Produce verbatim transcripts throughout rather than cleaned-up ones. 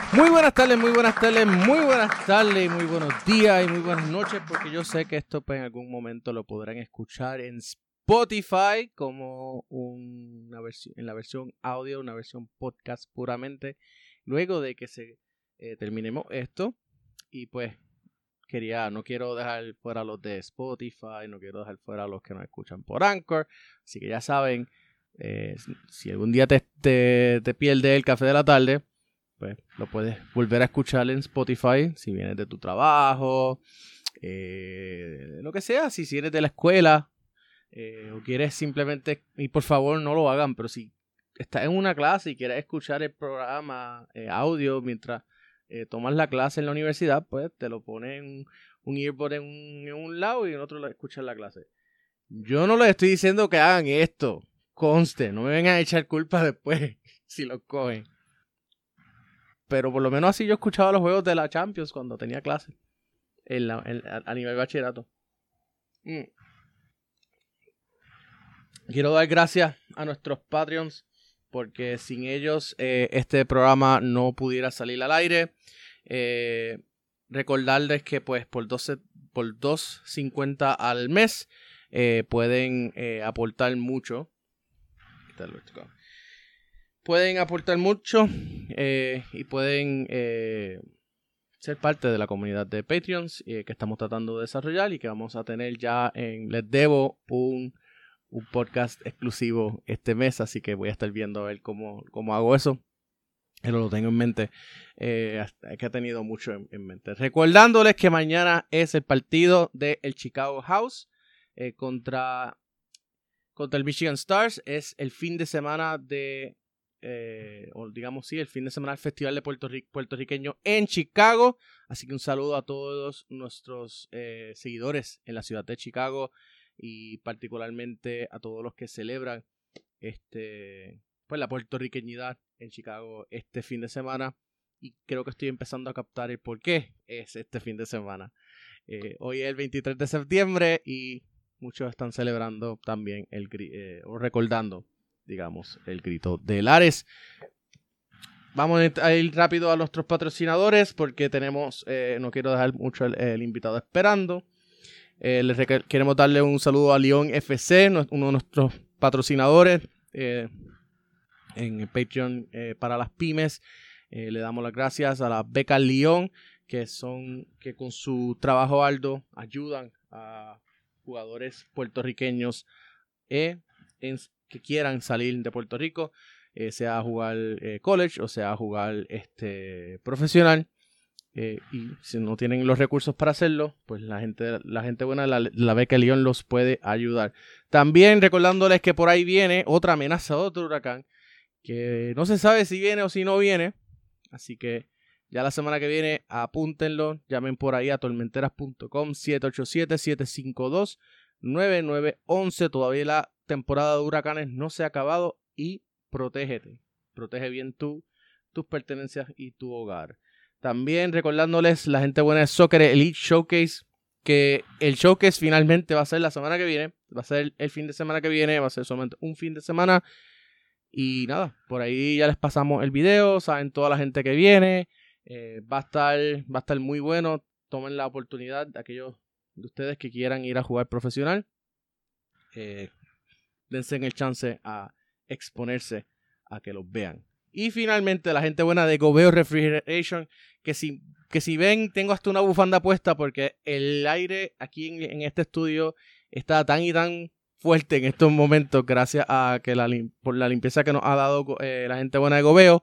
Muy buenas tardes, muy buenas tardes, muy buenas tardes, muy buenos días y muy buenas noches, porque yo sé que esto pues, en algún momento lo podrán escuchar en Spotify como una versión, en la versión audio, una versión podcast puramente, luego de que se eh, terminemos esto. Y pues quería, no quiero dejar fuera a los de Spotify, no quiero dejar fuera a los que nos escuchan por Anchor, así que ya saben, eh, si algún día te, te, te pierde el café de la tarde, pues lo puedes volver a escuchar en Spotify si vienes de tu trabajo, eh, lo que sea, si vienes de la escuela eh, o quieres simplemente, y por favor no lo hagan, pero si estás en una clase y quieres escuchar el programa eh, audio mientras eh, tomas la clase en la universidad, pues te lo ponen un earbud en un, en un lado y en otro lo escuchas la clase. Yo no les estoy diciendo que hagan esto, conste, no me vengan a echar culpa después si lo cogen. Pero por lo menos así yo escuchaba los juegos de la Champions cuando tenía clase. En la, en, a, a nivel bachillerato. Mm. Quiero dar gracias a nuestros Patreons. Porque sin ellos eh, este programa no pudiera salir al aire. Eh, recordarles que pues por doce, por dos cincuenta al mes eh, pueden eh, aportar mucho. Pueden aportar mucho eh, y pueden eh, ser parte de la comunidad de Patreons eh, que estamos tratando de desarrollar y que vamos a tener ya en... Les debo un, un podcast exclusivo este mes, así que voy a estar viendo a ver cómo, cómo hago eso. Pero lo tengo en mente, eh, que he tenido mucho en, en mente. Recordándoles que mañana es el partido del Chicago House eh, contra, contra el Michigan Stars. Es el fin de semana de... Eh, o digamos sí, el fin de semana del Festival de Puerto Rico, puertorriqueño en Chicago, así que un saludo a todos nuestros eh, seguidores en la ciudad de Chicago y particularmente a todos los que celebran este, pues la puertorriqueñidad en Chicago este fin de semana, y creo que estoy empezando a captar el por qué es este fin de semana. Eh, hoy es el veintitrés de septiembre y muchos están celebrando también el eh, o recordando digamos, el grito de Lares. Vamos a ir rápido a nuestros patrocinadores porque tenemos, eh, no quiero dejar mucho el, el invitado esperando. Eh, les queremos darle un saludo a León F C, uno de nuestros patrocinadores eh, en Patreon eh, para las pymes. Eh, le damos las gracias a las becas León, que son que con su trabajo arduo ayudan a jugadores puertorriqueños eh, en que quieran salir de Puerto Rico, eh, sea a jugar eh, college o sea a jugar este, profesional. Eh, y si no tienen los recursos para hacerlo, pues la gente, la gente buena de la, la beca León los puede ayudar. También recordándoles que por ahí viene otra amenaza, otro huracán, que no se sabe si viene o si no viene. Así que ya la semana que viene apúntenlo, llamen por ahí a tormenteras punto com, siete ocho siete, siete cinco dos, nueve nueve uno uno. Todavía la temporada de huracanes no se ha acabado y protégete. Protege bien tú, tus pertenencias y tu hogar. También recordándoles la gente buena de Soccer Elite Showcase, que el showcase finalmente va a ser la semana que viene. Va a ser el fin de semana que viene, va a ser solamente un fin de semana. Y nada, por ahí ya les pasamos el video, saben toda la gente que viene. Eh, va a estar, va a estar muy bueno. Tomen la oportunidad de aquellos de ustedes que quieran ir a jugar profesional. Eh, dense el chance a exponerse a que los vean. Y finalmente la gente buena de Gobeo Refrigeration, que si, que si ven, tengo hasta una bufanda puesta porque el aire aquí en, en este estudio está tan y tan fuerte en estos momentos, gracias a que la, por la limpieza que nos ha dado eh, la gente buena de Gobeo,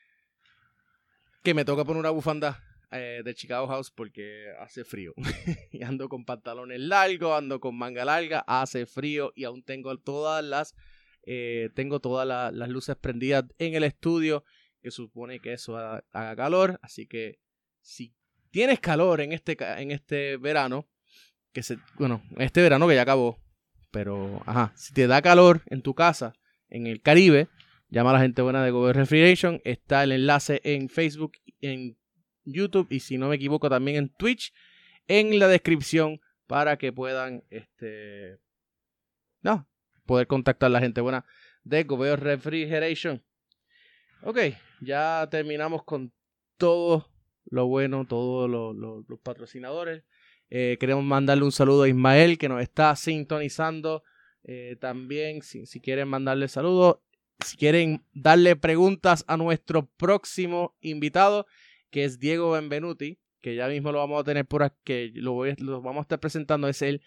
que me toca poner una bufanda eh, de Chicago House porque hace frío. Y ando con pantalones largos, ando con manga larga, hace frío y aún tengo todas las eh, tengo todas la, las luces prendidas en el estudio, que supone que eso haga, haga calor. Así que si tienes calor en este, en este verano, que se, bueno, este verano que ya acabó, pero ajá, si te da calor en tu casa, en el Caribe, llama a la gente buena de Gobeo Refrigeration. Está el enlace en Facebook, en YouTube y si no me equivoco también en Twitch en la descripción para que puedan este no poder contactar a la gente buena de Gobeo Refrigeration. Ok, ya terminamos con todo lo bueno, todos lo, lo, los patrocinadores. Eh, queremos mandarle un saludo a Ismael, que nos está sintonizando. Eh, también, si, si quieren mandarle saludos, si quieren darle preguntas a nuestro próximo invitado, que es Diego Benvenuti, que ya mismo lo vamos a tener por aquí, que lo, voy, lo vamos a estar presentando, es el,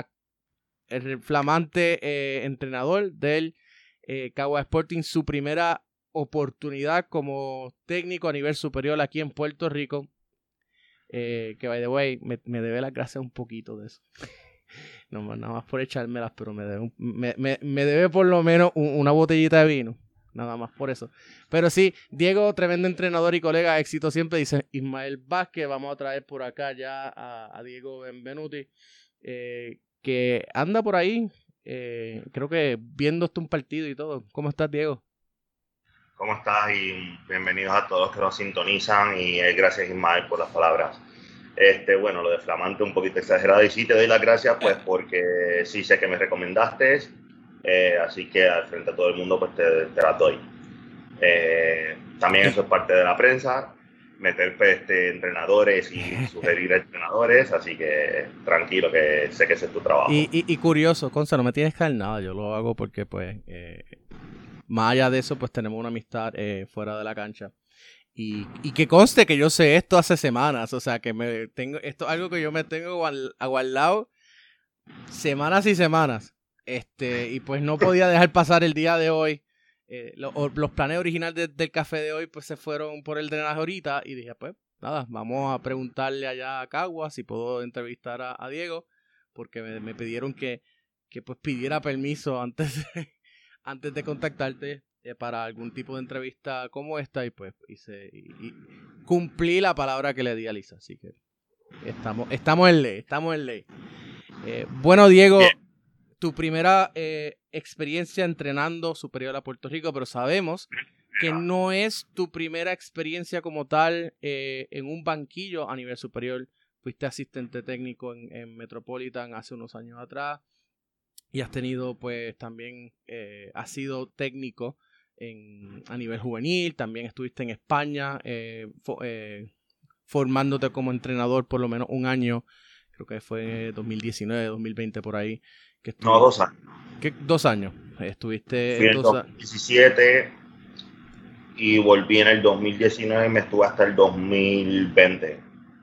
el flamante eh, entrenador del eh, Cagua Sporting, su primera oportunidad como técnico a nivel superior aquí en Puerto Rico, eh, que by the way, me, me debe las gracias un poquito de eso. No, nada más por echármelas, pero me debe, me, me, me debe por lo menos un, una botellita de vino. Nada más por eso. Pero sí, Diego, tremendo entrenador y colega, éxito siempre. Dice Ismael Vázquez, vamos a traer por acá ya a, a Diego Benvenuti, eh, que anda por ahí, eh, creo que viendo hasta un partido y todo. ¿Cómo estás, Diego? ¿Cómo estás? Y bienvenidos a todos los que nos sintonizan. Y eh, gracias, Ismael, por las palabras. Este, bueno, lo de flamante un poquito exagerado, y sí te doy las gracias pues porque sí sé que me recomendaste, eh, así que al frente a todo el mundo pues te, te las doy. Eh, también eso es parte de la prensa, meter pues, este, entrenadores y sugerir entrenadores, así que tranquilo, que sé que ese es tu trabajo. Y, y, y curioso, Conza, no me tienes que dar nada, yo lo hago porque pues eh, más allá de eso pues tenemos una amistad eh, fuera de la cancha. Y, y que conste que yo sé esto hace semanas, o sea, que me tengo esto es algo que yo me tengo aguardado semanas y semanas, este y pues no podía dejar pasar el día de hoy. Eh, lo, los planes originales de, del café de hoy pues se fueron por el drenaje ahorita y dije, pues nada, vamos a preguntarle allá a Cagua si puedo entrevistar a, a Diego, porque me, me pidieron que, que pues pidiera permiso antes de, antes de contactarte Eh, para algún tipo de entrevista como esta y pues hice y, y cumplí la palabra que le di a Lisa, así que estamos, estamos en ley, estamos en ley. Eh, bueno, Diego, yeah. tu primera eh, experiencia entrenando superior a Puerto Rico, pero sabemos que no es tu primera experiencia como tal eh, en un banquillo a nivel superior. Fuiste asistente técnico en, en Metropolitan hace unos años atrás y has tenido pues también, eh, has sido técnico En, a nivel juvenil, también estuviste en España eh, fo, eh, formándote como entrenador por lo menos un año, creo que fue dos mil diecinueve, dos mil veinte por ahí. Que no, dos años. ¿Qué? Dos años. Estuviste Fui en el dos mil diecisiete y volví en el dos mil diecinueve y me estuve hasta el dos mil veinte.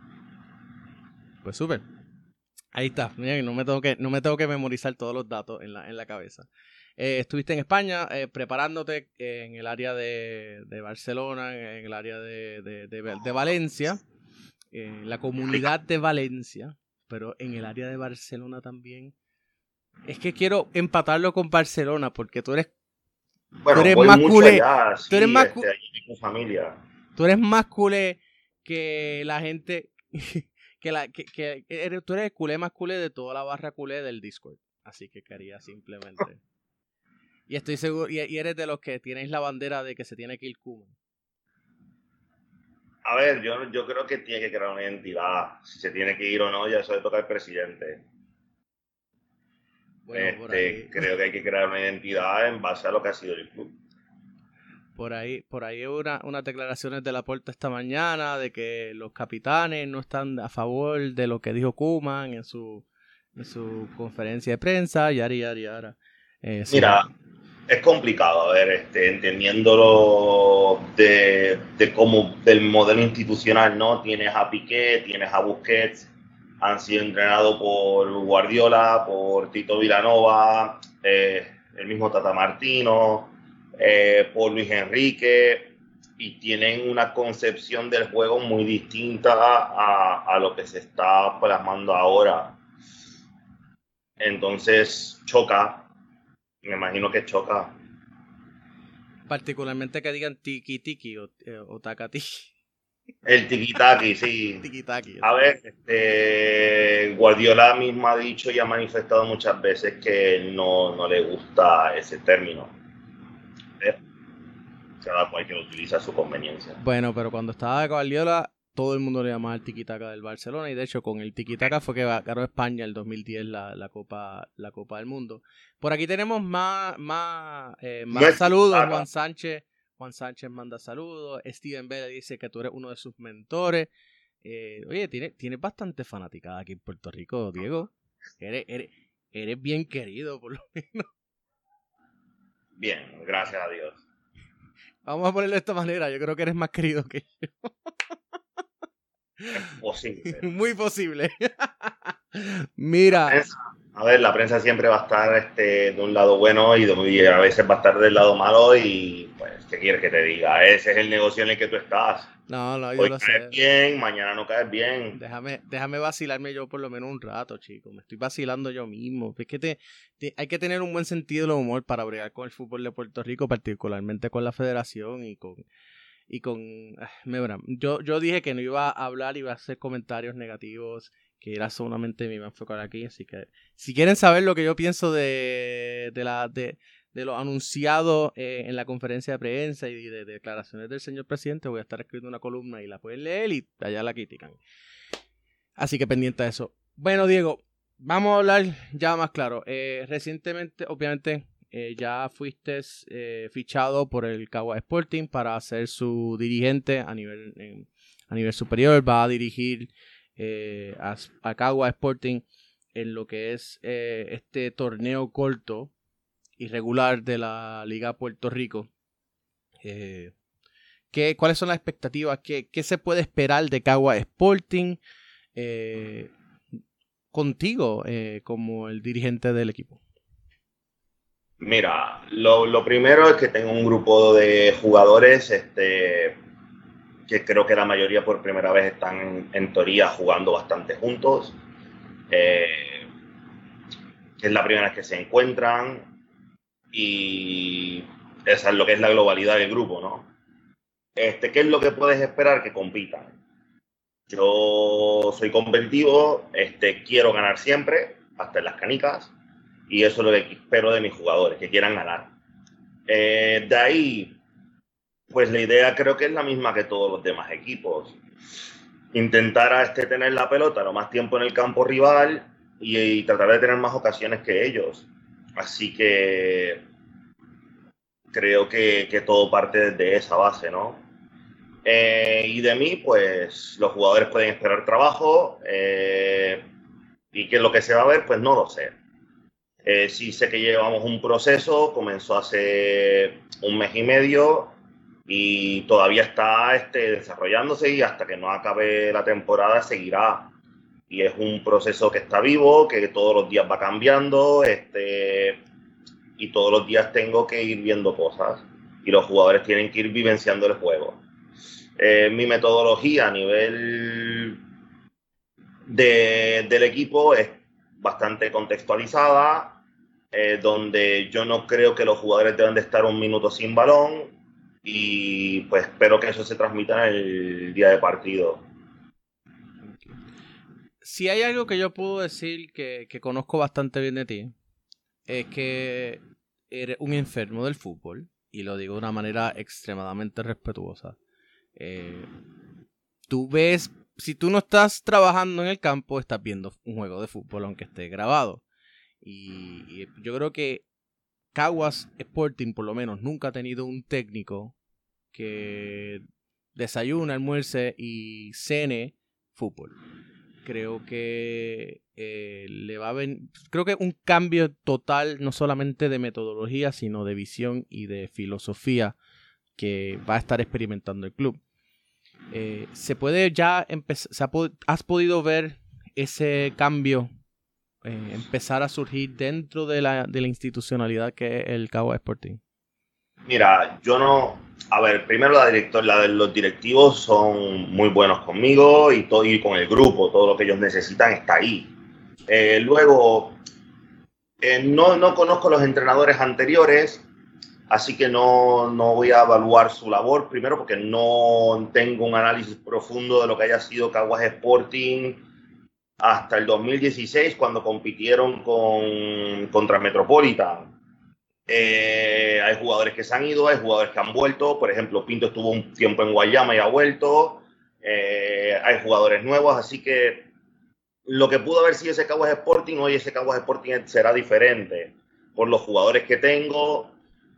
Pues súper. Ahí está, miren, no me tengo que, no me tengo que memorizar todos los datos en la, en la cabeza. Eh, estuviste en España eh, preparándote en el área de, de Barcelona, en el área de, de, de, de Valencia, en la comunidad de Valencia, pero en el área de Barcelona también. Es que quiero empatarlo con Barcelona porque tú eres, bueno, tú eres voy más mucho culé. Allá, sí, tú eres más este, allí con familia. Tú eres más culé que la gente, que la que, que eres, tú eres el culé más culé de toda la barra culé del Discord. Así que quería simplemente. Y estoy seguro, y, y eres de los que tienes la bandera de que se tiene que ir Koeman. A ver, yo, yo creo que tiene que crear una identidad. Si se tiene que ir o no, ya eso le toca al presidente. Bueno, este, por ahí... Creo que hay que crear una identidad en base a lo que ha sido el club. Por ahí, por ahí hubo una, unas declaraciones de Laporta esta mañana de que los capitanes no están a favor de lo que dijo Koeman en su, en su conferencia de prensa, yari, yari, yara. Eh, Mira, sí. Es complicado, a ver, este, entendiéndolo de, de cómo, del modelo institucional, ¿no? Tienes a Piqué, tienes a Busquets, han sido entrenados por Guardiola, por Tito Vilanova, eh, el mismo Tata Martino, eh, por Luis Enrique, y tienen una concepción del juego muy distinta a, a lo que se está plasmando ahora. Entonces, choca. Me imagino que choca. Particularmente que digan tiki-tiki o, eh, o taka-tiki. El tiki-taki, sí. Tiki-taki. A ver, este, Guardiola mismo ha dicho y ha manifestado muchas veces que no, no le gusta ese término. ¿Eh? Cada cual que lo utiliza a su conveniencia. Bueno, pero cuando estaba Guardiola, todo el mundo le llamaba el tiki-taka del Barcelona, y de hecho con el tiki-taka fue que ganó España el dos mil diez la, la Copa la Copa del Mundo. Por aquí tenemos más más, eh, más saludos. Juan Sánchez Juan Sánchez manda saludos. Steven Vélez dice que tú eres uno de sus mentores. Eh, oye, tienes tiene bastante fanaticada aquí en Puerto Rico, Diego. Eres, eres, eres bien querido, por lo menos. Bien, gracias a Dios. Vamos a ponerlo de esta manera. Yo creo que eres más querido que yo. Es posible. Muy posible. Mira. A ver, la prensa siempre va a estar este, de un lado bueno y, de, y a veces va a estar del lado malo y pues, ¿qué quieres que te diga? Ese es el negocio en el que tú estás. No, no, yo Hoy lo caes sé. bien, mañana no caes bien. Déjame, déjame vacilarme yo por lo menos un rato, chico. Me estoy vacilando yo mismo. Es que te, te, hay que tener un buen sentido del humor para bregar con el fútbol de Puerto Rico, particularmente con la federación y con... Y con... Mira, yo, yo dije que no iba a hablar, iba a hacer comentarios negativos, que era solamente me iba a enfocar aquí. Así que si quieren saber lo que yo pienso de, de, la, de, de lo anunciado eh, en la conferencia de prensa y de, de declaraciones del señor presidente, voy a estar escribiendo una columna y la pueden leer y allá la critican. Así que pendiente de eso. Bueno, Diego, vamos a hablar ya más claro. Eh, recientemente, obviamente... Eh, ya fuiste eh, fichado por el Caguas Sporting para ser su dirigente a nivel, eh, a nivel superior. Va a dirigir eh, a, a Caguas Sporting en lo que es eh, este torneo corto y regular de la Liga Puerto Rico. Eh, ¿qué, ¿Cuáles son las expectativas? ¿Qué, qué se puede esperar de Caguas Sporting eh, contigo eh, como el dirigente del equipo? Mira, lo, lo primero es que tengo un grupo de jugadores este, que creo que la mayoría por primera vez están en, en teoría jugando bastante juntos. Eh, es la primera vez que se encuentran y esa es lo que es la globalidad del grupo, ¿no? Este, ¿qué es lo que puedes esperar? Que compitan. Yo soy competitivo, este, quiero ganar siempre, hasta en las canicas. Y eso es lo que espero de mis jugadores, que quieran ganar. Eh, de ahí, pues la idea creo que es la misma que todos los demás equipos. Intentar a este tener la pelota lo más tiempo en el campo rival y, y tratar de tener más ocasiones que ellos. Así que creo que, que todo parte de esa base, ¿no? Eh, y de mí, pues los jugadores pueden esperar trabajo eh, y que lo que se va a ver, pues no lo sé. Eh, sí sé que llevamos un proceso, comenzó hace un mes y medio y todavía está este, desarrollándose y hasta que no acabe la temporada seguirá. Y es un proceso que está vivo, que todos los días va cambiando este, y todos los días tengo que ir viendo cosas y los jugadores tienen que ir vivenciando el juego. Eh, mi metodología a nivel de, del equipo es bastante contextualizada, eh, donde yo no creo que los jugadores deben de estar un minuto sin balón y pues espero que eso se transmita en el día de partido. Si hay algo que yo puedo decir que, que conozco bastante bien de ti, es que eres un enfermo del fútbol, y lo digo de una manera extremadamente respetuosa. Eh, tú ves, si tú no estás trabajando en el campo, estás viendo un juego de fútbol aunque esté grabado. Y, y yo creo que Caguas Sporting, por lo menos, nunca ha tenido un técnico que desayune, almuerce y cene fútbol. Creo que eh, le va a venir, creo que un cambio total, no solamente de metodología, sino de visión y de filosofía que va a estar experimentando el club. Eh, se puede ya empezar, se ha, has podido ver ese cambio eh, empezar a surgir dentro de la, de la institucionalidad que es el Caguas Sporting. Mira, yo no, a ver, primero la director, la de los directivos son muy buenos conmigo y, todo, y con el grupo, todo lo que ellos necesitan está ahí. Eh, luego, eh, no, no conozco los entrenadores anteriores, así que no, no voy a evaluar su labor, primero porque no tengo un análisis profundo de lo que haya sido Caguas Sporting hasta el dos mil dieciséis, cuando compitieron con, contra Metropolitan. Eh, hay jugadores que se han ido, hay jugadores que han vuelto. Por ejemplo, Pinto estuvo un tiempo en Guayama y ha vuelto. Eh, hay jugadores nuevos, así que lo que pudo haber sido ese Caguas Sporting, hoy ese Caguas Sporting será diferente por los jugadores que tengo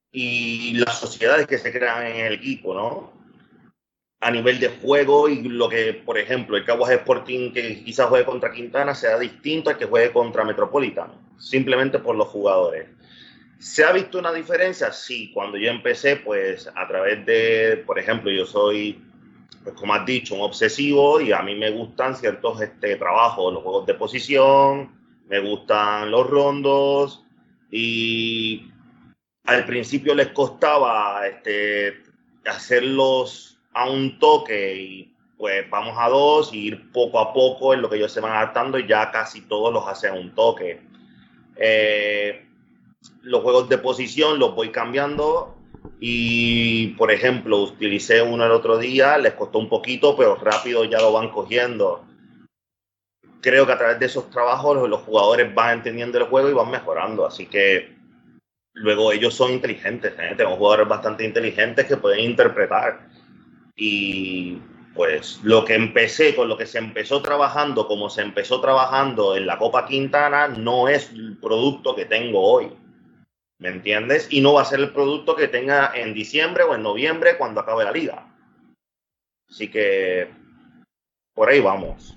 y las sociedades que se crean en el equipo, ¿no? A nivel de juego y lo que, por ejemplo, el Caguas Sporting que quizás juegue contra Quintana sea distinto al que juegue contra Metropolitan, simplemente por los jugadores. ¿Se ha visto una diferencia? Sí, cuando yo empecé, pues a través de, por ejemplo, yo soy, pues como has dicho, un obsesivo y a mí me gustan ciertos este, trabajos, los juegos de posición, me gustan los rondos y al principio les costaba este, hacerlos a un toque y pues vamos a dos y ir poco a poco en lo que ellos se van adaptando y ya casi todos los hacen a un toque. Eh, los juegos de posición los voy cambiando y, por ejemplo, utilicé uno el otro día, les costó un poquito, pero rápido ya lo van cogiendo. Creo que a través de esos trabajos los, los jugadores van entendiendo el juego y van mejorando, así que luego ellos son inteligentes, ¿eh? Tengo jugadores bastante inteligentes que pueden interpretar y pues lo que empecé, con lo que se empezó trabajando, como se empezó trabajando en la Copa Quintana, no es el producto que tengo hoy. ¿Me entiendes? Y no va a ser el producto que tenga en diciembre o en noviembre cuando acabe la liga. Así que por ahí vamos.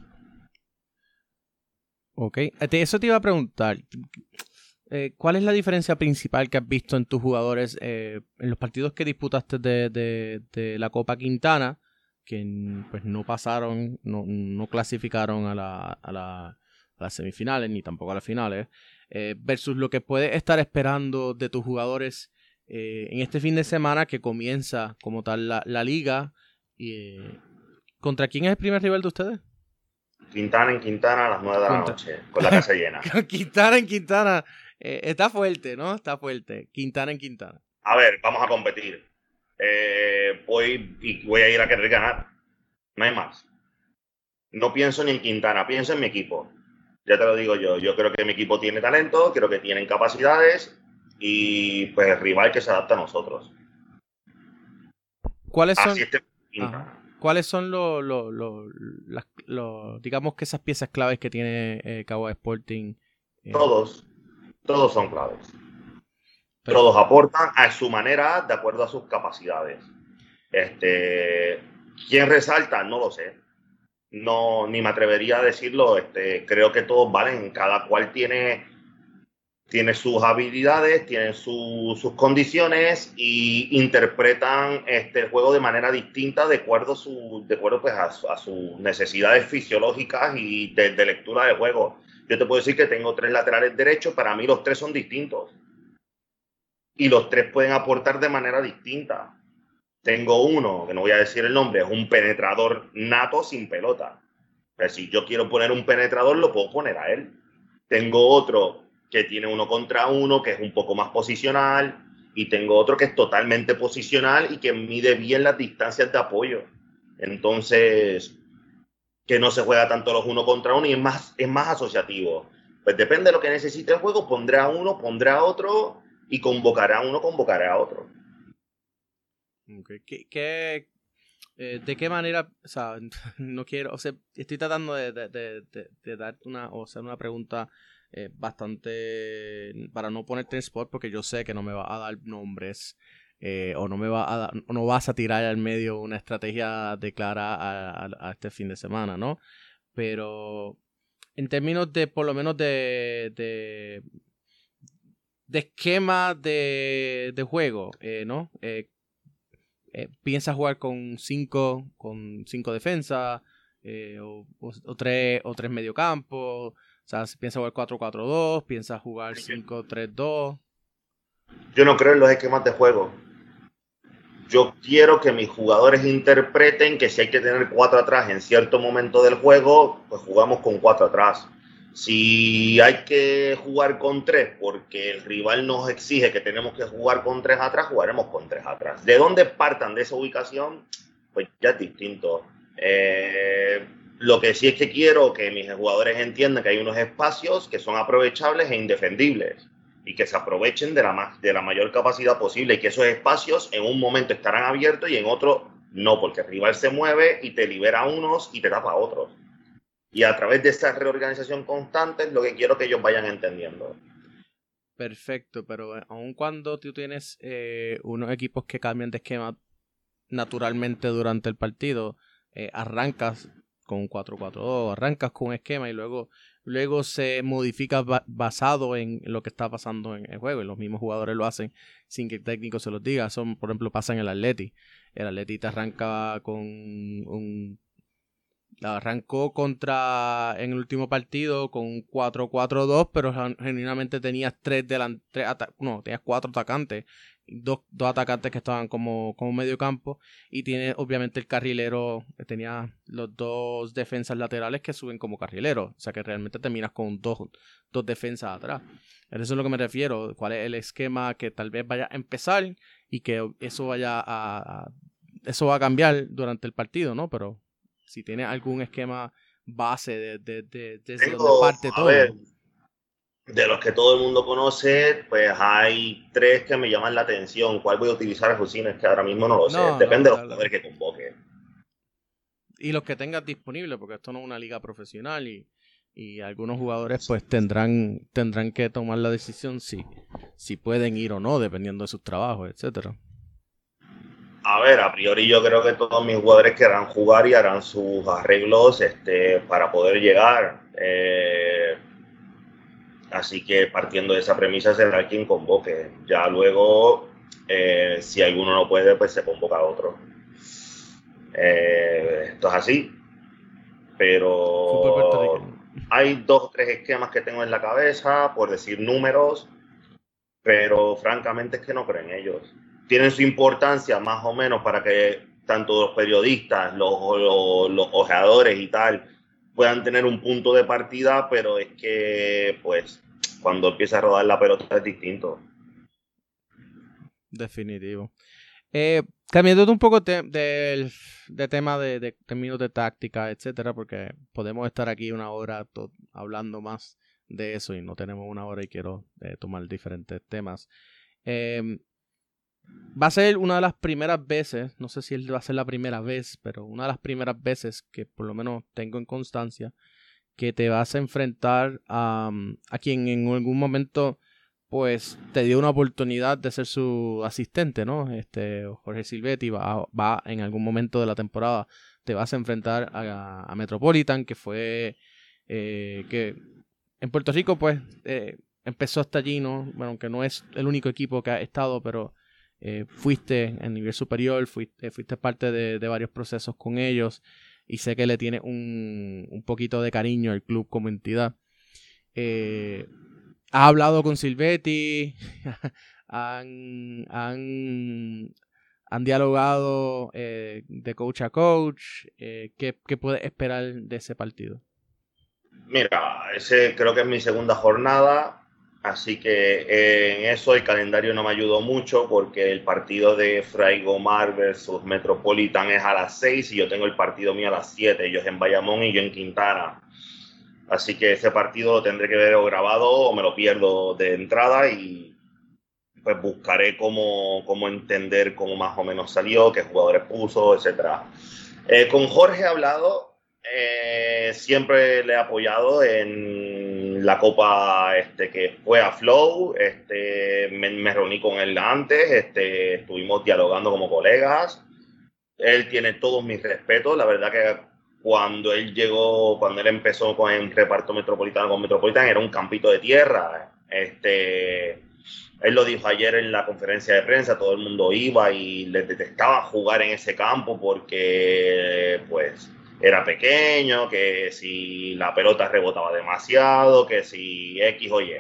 Ok, eso te iba a preguntar. Eh, ¿Cuál es la diferencia principal que has visto en tus jugadores eh, en los partidos que disputaste de, de, de la Copa Quintana, que pues no pasaron, no, no clasificaron a, la, a, la, a las semifinales ni tampoco a las finales? Eh, versus lo que puedes estar esperando de tus jugadores eh, en este fin de semana que comienza como tal la, la liga. Eh, ¿Contra quién es el primer rival de ustedes? Quintana en Quintana a las nueve de la Contra... noche, con la casa llena. Quintana en Quintana. Eh, está fuerte, ¿no? Está fuerte. Quintana en Quintana. A ver, vamos a competir. Eh, voy, y voy a ir a querer ganar. No hay más. No pienso ni en Quintana, pienso en mi equipo. Ya te lo digo yo, yo creo que mi equipo tiene talento, creo que tienen capacidades y pues el rival que se adapta a nosotros. ¿Cuáles son, Así este ¿cuáles son los, lo, lo, lo, lo, digamos que esas piezas claves que tiene eh, Caguas Sporting? Eh? Todos, todos son claves. Pero... Todos aportan a su manera, de acuerdo a sus capacidades. Este, ¿quién resalta? No lo sé. No, ni me atrevería a decirlo. Este, creo que todos valen. Cada cual tiene, tiene sus habilidades, tiene su, sus condiciones y interpretan este juego de manera distinta de acuerdo, su, de acuerdo pues, a, a sus necesidades fisiológicas y de, de lectura de juego. Yo te puedo decir que tengo tres laterales derechos. Para mí los tres son distintos. Y los tres pueden aportar de manera distinta. Tengo uno, que no voy a decir el nombre, es un penetrador nato sin pelota. Pero si yo quiero poner un penetrador, lo puedo poner a él. Tengo otro que tiene uno contra uno, que es un poco más posicional. Y tengo otro que es totalmente posicional y que mide bien las distancias de apoyo. Entonces, que no se juega tanto los uno contra uno y es más, es más asociativo. Pues depende de lo que necesite el juego, pondré a uno, pondré a otro y convocaré a uno, convocaré a otro. Okay. ¿Qué, qué, eh, ¿De qué manera? O sea, no quiero, o sea, estoy tratando de, de, de, de, de darte una, o sea, una pregunta eh, bastante, para no ponerte en spot, porque yo sé que no me va a dar nombres eh, o no me va a dar, no vas a tirar al medio una estrategia de clara a, a, a este fin de semana, ¿no? Pero en términos de, por lo menos de, de, de esquema de, de juego, eh, ¿no? Eh, Eh, ¿Piensas jugar con cinco con cinco defensas eh, o, o, o tres o tres mediocampo? O sea, ¿piensas jugar cuatro cuatro dos? ¿Piensas jugar cinco tres dos? Yo no creo en los esquemas de juego. Yo quiero que mis jugadores interpreten que si hay que tener cuatro atrás en cierto momento del juego, pues jugamos con cuatro atrás. Si hay que jugar con tres porque el rival nos exige que tenemos que jugar con tres atrás, jugaremos con tres atrás. De dónde partan de esa ubicación, pues ya es distinto. Eh, lo que sí es que quiero que mis jugadores entiendan que hay unos espacios que son aprovechables e indefendibles y que se aprovechen de la, de la mayor capacidad posible y que esos espacios en un momento estarán abiertos y en otro no, porque el rival se mueve y te libera a unos y te tapa a otros. Y a través de esta reorganización constante es lo que quiero que ellos vayan entendiendo. perfecto, pero aun cuando tú tienes eh, unos equipos que cambian de esquema naturalmente durante el partido, eh, arrancas con un cuatro cuatro dos, arrancas con un esquema y luego, luego se modifica ba- basado en lo que está pasando en el juego, y los mismos jugadores lo hacen sin que el técnico se los diga. Eso, por ejemplo, pasa en el Atleti. El Atleti te arranca con un... Arrancó contra en el último partido con un cuatro cuatro dos, pero genuinamente tenías tres delan- tres ata- no, tenías cuatro atacantes, dos, dos atacantes que estaban como, como medio campo, y tiene obviamente el carrilero, tenía los dos defensas laterales que suben como carrileros, o sea que realmente terminas con dos, dos defensas atrás. A eso es lo que me refiero, cuál es el esquema que tal vez vaya a empezar y que eso vaya a, a eso va a cambiar durante el partido, ¿no? Pero si tiene algún esquema base de, de, de, desde Tengo, donde parte a todo. ver, de los que todo el mundo conoce, pues hay tres que me llaman la atención. ¿Cuál voy a utilizar, Jusino? Es que ahora mismo no lo sé. No, Depende no, de los la, jugadores que convoque. Y los que tengas disponibles, porque esto no es una liga profesional y, y algunos jugadores pues tendrán tendrán que tomar la decisión si, si pueden ir o no, dependiendo de sus trabajos, etcétera. A ver, a priori yo creo que todos mis jugadores querrán jugar y harán sus arreglos este, para poder llegar. Eh, así que partiendo de esa premisa será quien convoque. Ya luego, eh, si alguno no puede, pues se convoca a otro. Eh, esto es así. Fútbol Pero puertorriqueño. hay dos o tres esquemas que tengo en la cabeza, por decir números, pero francamente es que no creo en ellos. Tienen su importancia más o menos para que tanto los periodistas, los, los, los ojeadores y tal puedan tener un punto de partida, pero es que pues cuando empieza a rodar la pelota es distinto. Definitivo. Eh, cambiando un poco de, de, de tema de, de términos de táctica, etcétera, porque podemos estar aquí una hora to- hablando más de eso y no tenemos una hora y quiero eh, tomar diferentes temas. Eh, va a ser una de las primeras veces, no sé si va a ser la primera vez, pero una de las primeras veces que por lo menos tengo en constancia que te vas a enfrentar a, a quien en algún momento pues te dio una oportunidad de ser su asistente, ¿no? Este Jorge Silvetti va, va en algún momento de la temporada, te vas a enfrentar a, a Metropolitan, que fue eh, que en Puerto Rico pues eh, empezó hasta allí, ¿no? Bueno, aunque no es el único equipo que ha estado, pero eh, fuiste en nivel superior, fuiste, fuiste parte de, de varios procesos con ellos y sé que le tiene un, un poquito de cariño al club como entidad. Eh, ¿Has hablado con Silvetti? ¿Han, han, han dialogado eh, de coach a coach? Eh, ¿qué, ¿Qué puedes esperar de ese partido? Mira, ese creo que es mi segunda jornada, así que eh, en eso el calendario no me ayudó mucho porque el partido de Fray Gomar versus Metropolitan es a las seis y yo tengo el partido mío a las siete, ellos en Bayamón y yo en Quintana. Así que ese partido lo tendré que ver o grabado o me lo pierdo de entrada y pues buscaré cómo, cómo entender cómo más o menos salió, qué jugadores puso, etcétera. Eh, con Jorge he hablado, eh, siempre le he apoyado en la copa este, que fue a Flow, este, me, me reuní con él antes, este, estuvimos dialogando como colegas, él tiene todos mis respetos, la verdad que cuando él llegó, cuando él empezó con el reparto metropolitano con Metropolitan era un campito de tierra, este, él lo dijo ayer en la conferencia de prensa, todo el mundo iba y le detestaba jugar en ese campo porque pues era pequeño, que si la pelota rebotaba demasiado, que si X o Y.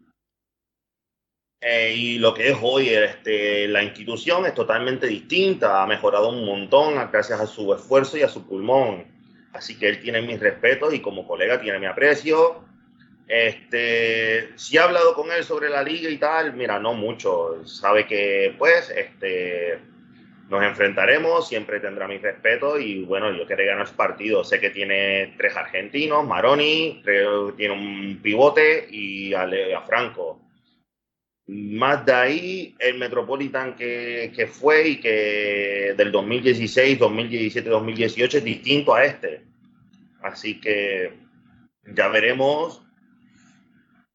Eh, y lo que es hoy este, la institución es totalmente distinta, ha mejorado un montón gracias a su esfuerzo y a su pulmón. Así que él tiene mis respetos y como colega tiene mi aprecio. Este, si he hablado con él sobre la liga y tal, mira, no mucho. Sabe que pues este, nos enfrentaremos, siempre tendrá mi respeto y bueno, yo quiero ganar el partido. Sé que tiene tres argentinos, Maroni, creo que tiene un pivote y a, a Franco. Más de ahí, el Metropolitan que, que fue y que del dos mil dieciséis, dos mil diecisiete, dos mil dieciocho es distinto a este. Así que ya veremos.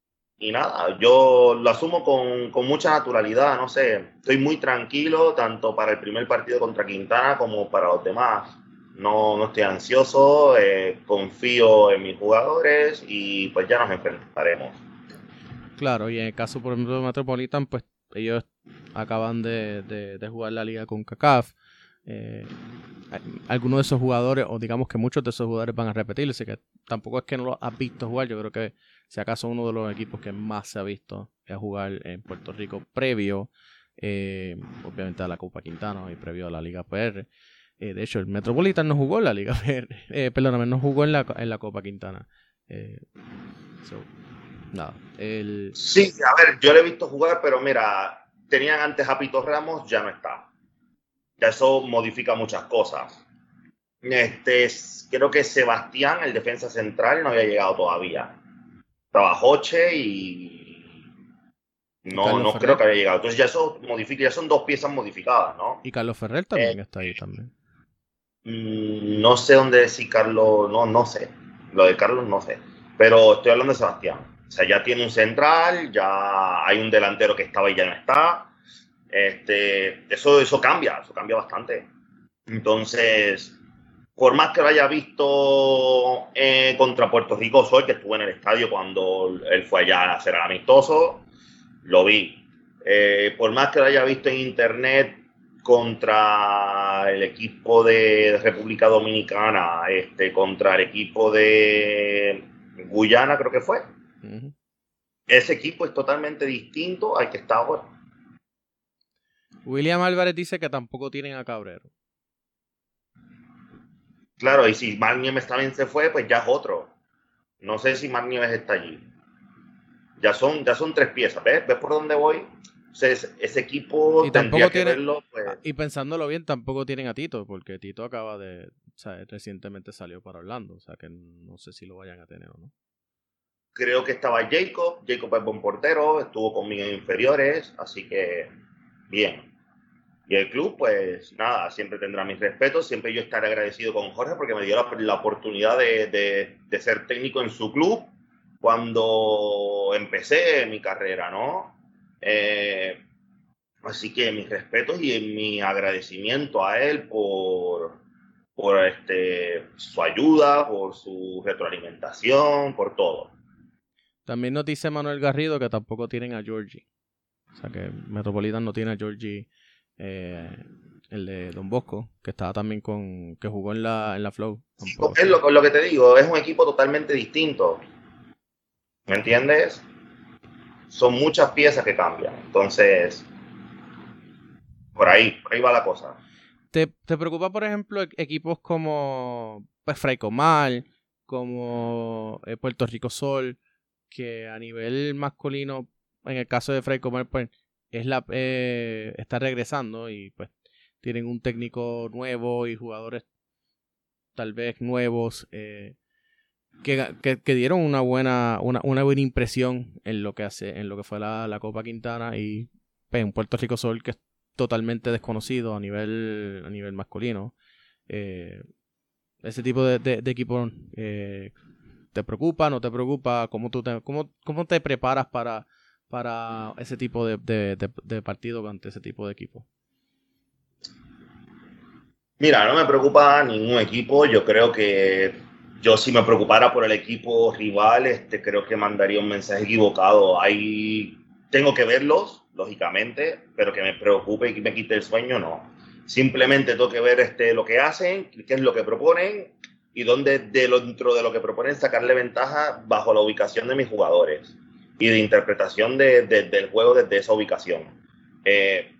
y nada, yo lo asumo con, con mucha naturalidad, no sé, estoy muy tranquilo tanto para el primer partido contra Quintana como para los demás. No, no estoy ansioso, eh, confío en mis jugadores y pues ya nos enfrentaremos. Claro, y en el caso, por ejemplo, de Metropolitan, pues ellos acaban de, de, de jugar la liga con CACAF. Eh, algunos de esos jugadores, o digamos que muchos de esos jugadores van a repetirse, que tampoco es que no los has visto jugar. Yo creo que si acaso uno de los equipos que más se ha visto es jugar en Puerto Rico previo, eh, obviamente a la Copa Quintana y previo a la Liga P R. Eh, de hecho, el Metropolitan no jugó en la Liga P R, eh, perdóname, no jugó en la, en la Copa Quintana. Eh, so, nada. El... Sí, a ver, yo le he visto jugar, pero mira, tenían antes a Pito Ramos, ya no está. Ya eso modifica muchas cosas. Este, creo que Sebastián, el defensa central, no había llegado todavía. Estaba Joche y no, no creo que haya llegado. Entonces ya eso modifica, ya son dos piezas modificadas, ¿no? Y Carlos Ferrer también eh, está ahí también. No sé dónde decir Carlos, no, no sé. Lo de Carlos no sé. Pero estoy hablando de Sebastián. O sea, ya tiene un central, ya hay un delantero que estaba y ya no está. Este, eso, eso cambia, eso cambia bastante. Entonces, por más que lo haya visto eh, contra Puerto Rico Sol, que estuve en el estadio cuando él fue allá a hacer el amistoso, lo vi. Eh, por más que lo haya visto en internet contra el equipo de República Dominicana, este, contra el equipo de Guyana, creo que fue. Uh-huh. Ese equipo es totalmente distinto al que está ahora. William Álvarez dice que tampoco tienen a Cabrero. Claro, y si Mark Nieves también se fue, pues ya es otro. No sé si Mark Nieves está allí. Ya son, ya son tres piezas, ¿ves? ¿Ves por dónde voy? Entonces, ese equipo y tendría que tiene, verlo, pues... Y pensándolo bien, tampoco tienen a Tito, porque Tito acaba de... O sea, recientemente salió para Orlando, o sea que no sé si lo vayan a tener o no. Creo que estaba Jacob, Jacob es buen portero, estuvo conmigo en inferiores, así que bien. Y el club, pues nada, siempre tendrá mis respetos, siempre yo estaré agradecido con Jorge porque me dio la, la oportunidad de, de, de ser técnico en su club cuando empecé mi carrera, ¿no? Eh, así que mis respetos y mi agradecimiento a él por, por este, su ayuda, por su retroalimentación, por todo. También nos dice Manuel Garrido que tampoco tienen a Georgie. O sea que Metropolitan no tiene a Georgie, eh, el de Don Bosco, que estaba también con, que jugó en la, en la Flow. Sí, es lo, lo que te digo, es un equipo totalmente distinto. ¿Me entiendes? Son muchas piezas que cambian. Entonces, por ahí, por ahí va la cosa. ¿Te, te preocupa, por ejemplo, equipos como pues, Fray Comal, como eh, Puerto Rico Sol, que a nivel masculino, en el caso de Fray Comal, pues es la, eh, está regresando y pues tienen un técnico nuevo y jugadores tal vez nuevos eh, que, que, que dieron una buena una, una buena impresión en lo que hace en lo que fue la, la Copa Quintana y pues, en Puerto Rico Sol, que es totalmente desconocido a nivel a nivel masculino. Eh, ese tipo de, de, de equipo eh, ¿te preocupa? ¿No te preocupa? ¿Cómo tú te, cómo, cómo te preparas para, para ese tipo de, de, de, de partido ante ese tipo de equipo? Mira, no me preocupa ningún equipo. Yo creo que yo si me preocupara por el equipo rival, este, creo que mandaría un mensaje equivocado. Ahí tengo que verlos, lógicamente, pero que me preocupe y que me quite el sueño, no. Simplemente tengo que ver este, lo que hacen, qué es lo que proponen y dónde de lo, dentro de lo que proponen sacarle ventaja bajo la ubicación de mis jugadores y de interpretación de, de, del juego desde esa ubicación. Eh,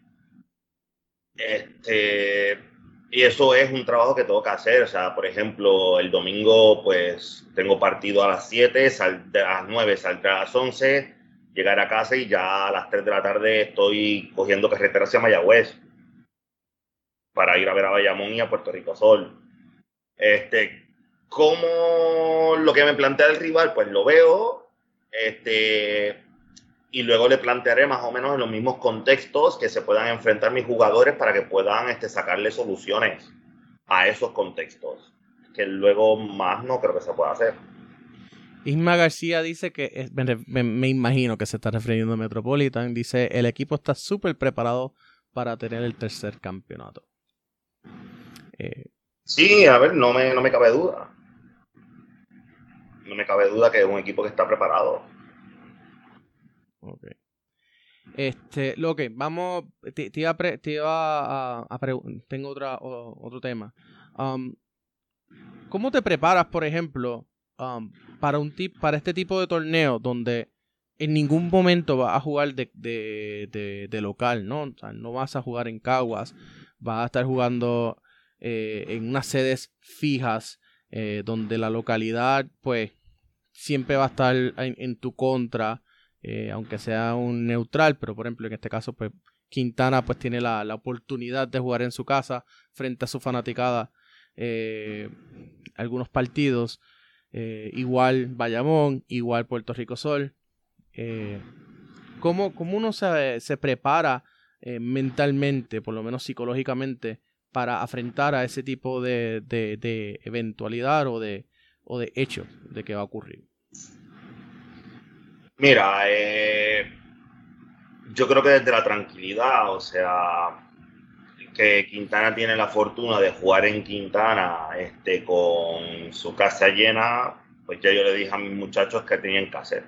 este, y eso es un trabajo que tengo que hacer. O sea, por ejemplo, el domingo pues tengo partido a las siete, sal, a las nueve saldré a las once, llegar a casa y ya a las tres de la tarde estoy cogiendo carretera hacia Mayagüez para ir a ver a Bayamón y a Puerto Rico Sol. Este, ¿cómo lo que me plantea el rival? Pues lo veo, este, y luego le plantearé más o menos en los mismos contextos que se puedan enfrentar mis jugadores para que puedan este, sacarle soluciones a esos contextos, que luego más no creo que se pueda hacer. Isma García dice que, es, me, me, me imagino que se está refiriendo a Metropolitan, dice, el equipo está súper preparado para tener el tercer campeonato. Eh, sí, a ver, no me, no me cabe duda. No me cabe duda que es un equipo que está preparado. Ok. Este, lo que, vamos, te, te iba a, pre, te iba a, a preguntar, tengo otra, o, otro tema. Um, ¿Cómo te preparas, por ejemplo, um, para, un tip, para este tipo de torneo donde en ningún momento vas a jugar de, de, de, de local, ¿no? O sea, no vas a jugar en Caguas, vas a estar jugando eh, en unas sedes fijas eh, donde la localidad, pues, siempre va a estar en, en tu contra, eh, aunque sea un neutral, pero por ejemplo, en este caso, pues, Quintana pues tiene la, la oportunidad de jugar en su casa frente a su fanaticada eh, algunos partidos, eh, igual Bayamón, igual Puerto Rico Sol. Eh, ¿cómo, ¿Cómo uno se, se prepara eh, mentalmente, por lo menos psicológicamente, para afrontar a ese tipo de, de, de eventualidad o de, o de hecho de que va a ocurrir? Mira, eh, yo creo que desde la tranquilidad, o sea, que Quintana tiene la fortuna de jugar en Quintana este, con su casa llena, pues ya yo le dije a mis muchachos que tenían que hacer.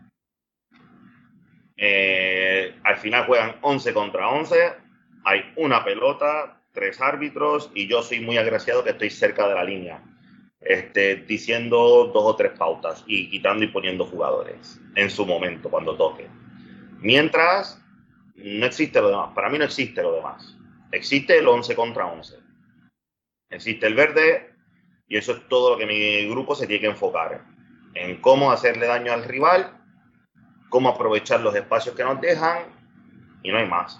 Eh, al final juegan once contra once, hay una pelota, tres árbitros y yo soy muy agraciado que estoy cerca de la línea, este, diciendo dos o tres pautas y quitando y poniendo jugadores en su momento cuando toque. Mientras, no existe lo demás. Para mí no existe lo demás. Existe el once contra once. Existe el verde y eso es todo lo que mi grupo se tiene que enfocar. En cómo hacerle daño al rival, cómo aprovechar los espacios que nos dejan y no hay más.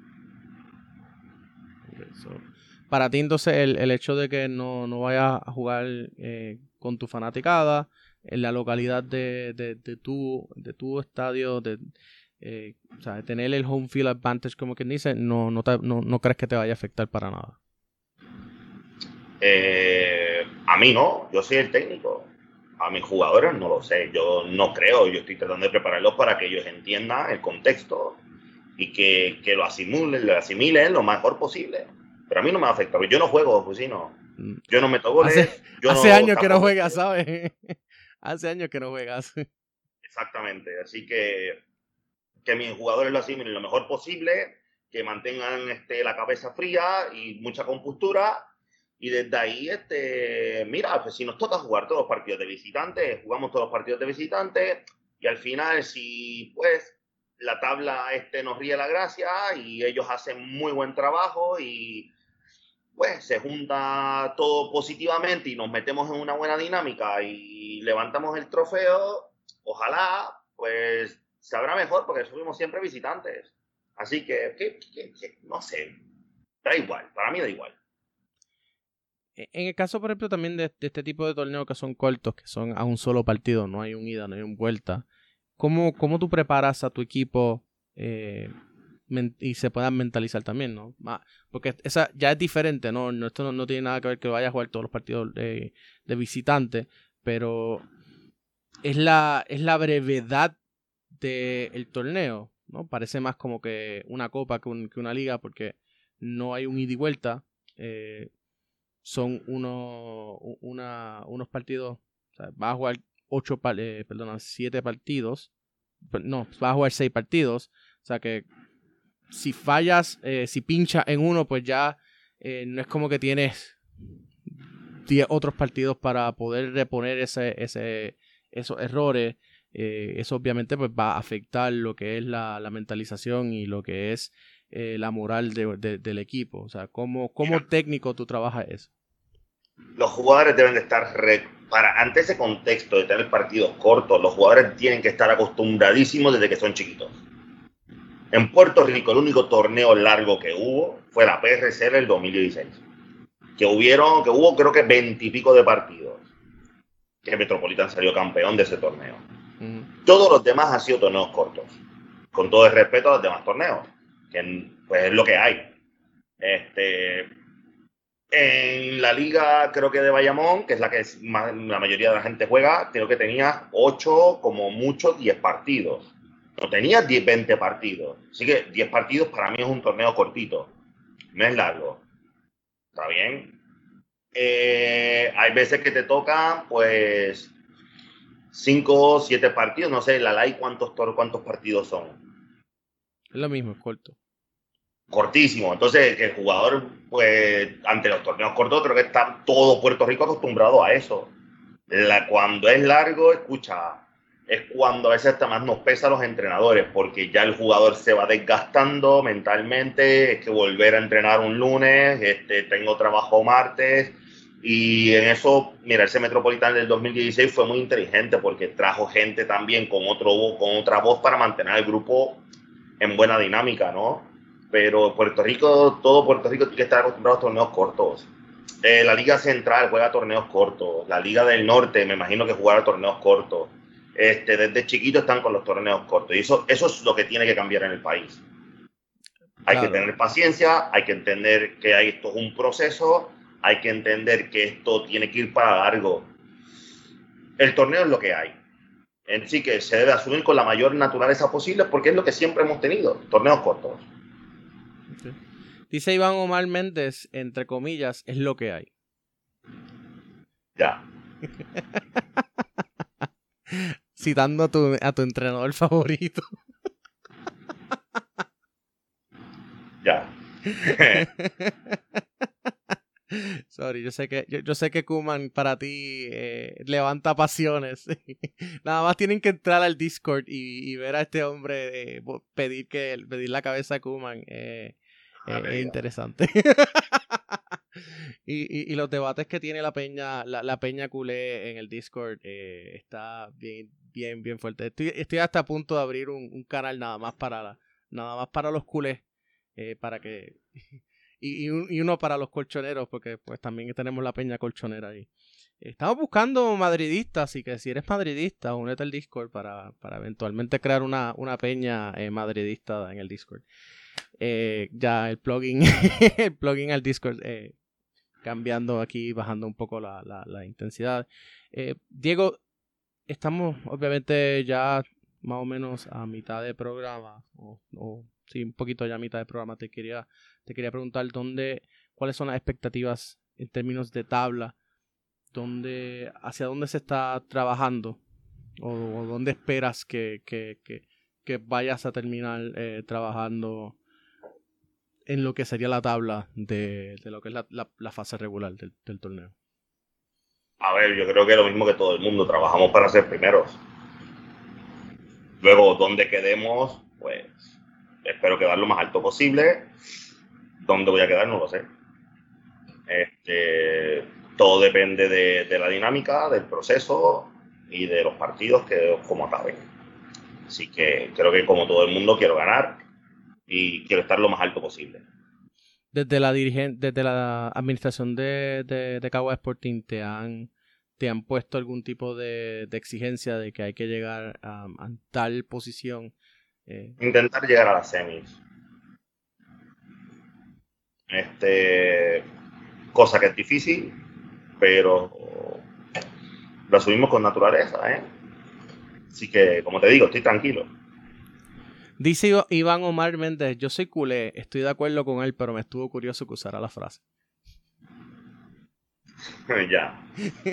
So, para ti entonces el, el hecho de que no, no vayas a jugar eh, con tu fanaticada en la localidad de, de, de, tu, de tu estadio, de, eh, o sea, de tener el home field advantage como quien dice, no, no, te, no, no crees que te vaya a afectar para nada. Eh, a mí no, yo soy el técnico. A mis jugadores no lo sé, yo no creo, yo estoy tratando de prepararlos para que ellos entiendan el contexto y que, que lo asimilen, lo asimilen lo mejor posible. Pero a mí no me afecta, porque yo no juego, pues sí, no. Yo no meto goles. Hace, yo hace no años que no juegas, ¿sabes? Hace años que no juegas. Exactamente, así que que mis jugadores lo asimilen lo mejor posible, que mantengan este, la cabeza fría y mucha compostura. Y desde ahí, este, mira, pues si nos toca jugar todos los partidos de visitantes, jugamos todos los partidos de visitantes y al final si pues la tabla este, nos ríe la gracia y ellos hacen muy buen trabajo y pues se junta todo positivamente y nos metemos en una buena dinámica y levantamos el trofeo, ojalá pues se habrá mejor porque fuimos siempre visitantes. Así que, que, que, que no sé, da igual, para mí da igual. En el caso, por ejemplo, también de, de este tipo de torneos que son cortos, que son a un solo partido, no hay un ida, no hay un vuelta, ¿cómo, cómo tú preparas a tu equipo eh, men- y se puedan mentalizar también, ¿no? Porque esa ya es diferente, ¿no? no esto no, no tiene nada que ver que vaya a jugar todos los partidos de, de visitante, pero es la, es la brevedad del torneo, ¿no? Parece más como que una copa que, un, que una liga porque no hay un ida y vuelta. Eh, son uno, una, unos partidos, o sea, vas a jugar ocho, eh, perdona, siete partidos, no, vas a jugar seis partidos, o sea que si fallas, eh, si pinchas en uno, pues ya eh, no es como que tienes diez otros partidos para poder reponer ese, ese, esos errores. Eh, eso obviamente pues va a afectar lo que es la, la mentalización y lo que es eh, la moral de, de, del equipo. O sea, ¿cómo, cómo técnico tú trabajas eso? Los jugadores deben de estar, re, para, ante ese contexto de tener partidos cortos, los jugadores tienen que estar acostumbradísimos desde que son chiquitos. En Puerto Rico el único torneo largo que hubo fue la P R C L del dos mil dieciséis. Que, hubieron, que hubo creo que veintipico de partidos. Que Metropolitan salió campeón de ese torneo. Mm. Todos los demás han sido torneos cortos. Con todo el respeto a los demás torneos. Que pues es lo que hay. Este, En la liga, creo que de Bayamón, que es la que es más, la mayoría de la gente juega, creo que tenía ocho, como mucho, diez partidos. No tenía diez, veinte partidos. Así que diez partidos para mí es un torneo cortito. No es largo. ¿Está bien? Eh, hay veces que te tocan, pues, cinco o siete partidos. No sé, la L A I, ¿cuántos, cuántos partidos son? Es lo mismo, es corto. Cortísimo. Entonces, el jugador, pues, ante los torneos cortos, creo que está todo Puerto Rico acostumbrado a eso. La, cuando es largo, escucha, es cuando a veces hasta más nos pesa a los entrenadores, porque ya el jugador se va desgastando mentalmente, es que volver a entrenar un lunes, este, tengo trabajo martes, y en eso, mira, ese Metropolitano del dos mil dieciséis fue muy inteligente porque trajo gente también con, otro, con otra voz para mantener el grupo en buena dinámica, ¿no? Pero Puerto Rico, todo Puerto Rico tiene que estar acostumbrado a torneos cortos. Eh, la Liga Central juega torneos cortos. La Liga del Norte, me imagino que jugará torneos cortos. Este, desde chiquito están con los torneos cortos. Y eso, eso es lo que tiene que cambiar en el país. Hay claro. que tener paciencia, hay que entender que esto es un proceso, hay que entender que esto tiene que ir para largo. El torneo es lo que hay. En sí que se debe asumir con la mayor naturaleza posible porque es lo que siempre hemos tenido, torneos cortos. Okay. Dice Iván Omar Méndez, entre comillas, es lo que hay. Ya. Citando a tu, a tu entrenador favorito. Ya. Sorry, yo sé que yo, yo sé que Koeman para ti eh, levanta pasiones. Nada más tienen que entrar al Discord y, y ver a este hombre eh, pedir que pedir la cabeza de Koeman. Eh, eh, es interesante. y, y, y los debates que tiene la peña la, la peña culé en el Discord eh, está bien bien bien fuerte. Estoy, estoy hasta a punto de abrir un, un canal nada más para la, nada más para los culés eh, para que Y, y, un, y uno para los colchoneros, porque pues también tenemos la peña colchonera ahí. Estamos buscando madridistas, así que si eres madridista, únete al Discord para, para eventualmente crear una, una peña eh, madridista en el Discord. Eh, ya el plugin, el plugin al Discord, eh, cambiando aquí, bajando un poco la, la, la intensidad. Eh, Diego, estamos obviamente ya más o menos a mitad de programa, o, o sí, un poquito ya a mitad de programa. Te quería, te quería preguntar dónde, cuáles son las expectativas en términos de tabla, dónde, hacia dónde se está trabajando, o, o dónde esperas que, que, que, que vayas a terminar eh, trabajando en lo que sería la tabla de, de lo que es la, la, la fase regular del, del torneo. A ver, yo creo que es lo mismo que todo el mundo, trabajamos para ser primeros. Luego, donde quedemos, pues espero quedar lo más alto posible. ¿Dónde voy a quedar? No lo sé. Este, todo depende de, de la dinámica, del proceso y de los partidos que como acaben. Así que creo que como todo el mundo quiero ganar y quiero estar lo más alto posible. Desde la dirigen- desde la administración de, de, de Cagua Sporting te han te han puesto algún tipo de, de exigencia de que hay que llegar a, a tal posición. Eh. Intentar llegar a las semis. Este, cosa que es difícil, pero lo asumimos con naturaleza, ¿eh? Así que, como te digo, estoy tranquilo. Dice Iván Omar Méndez, yo soy culé, estoy de acuerdo con él, pero me estuvo curioso que usara la frase. Ya.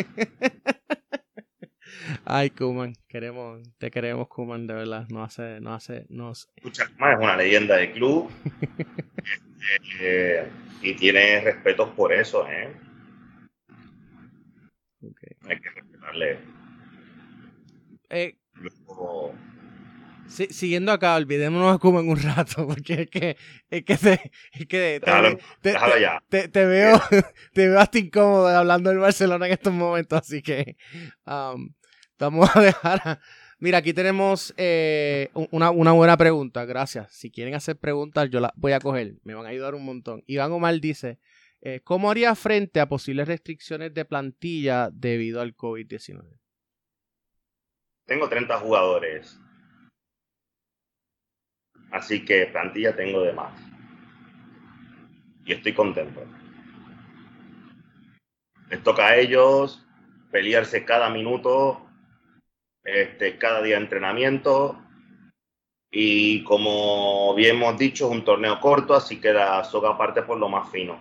Ay, Koeman, queremos, te queremos, Koeman, de verdad. No hace, no hace, no hace. Escucha, Koeman es una leyenda del club eh, y tiene respetos por eso, ¿eh? Okay. Hay que respetarle. Eh, Luego... sí, siguiendo acá, olvidémonos a Koeman un rato, porque es que, es que, te, es que te, déjalo, te, déjalo te, ya. Te, te veo, te veo hasta incómodo hablando del Barcelona en estos momentos, así que um, vamos a dejar a... Mira, aquí tenemos eh, una, una buena pregunta, gracias. Si quieren hacer preguntas, yo las voy a coger, me van a ayudar un montón. Iván Omar dice, eh, ¿cómo haría frente a posibles restricciones de plantilla debido al COVID diecinueve? Tengo treinta jugadores, así que plantilla tengo de más. Y estoy contento. toca a ellos pelearse cada minuto, este, cada día de entrenamiento. Y como bien hemos dicho, es un torneo corto, así que la soga parte por lo más fino.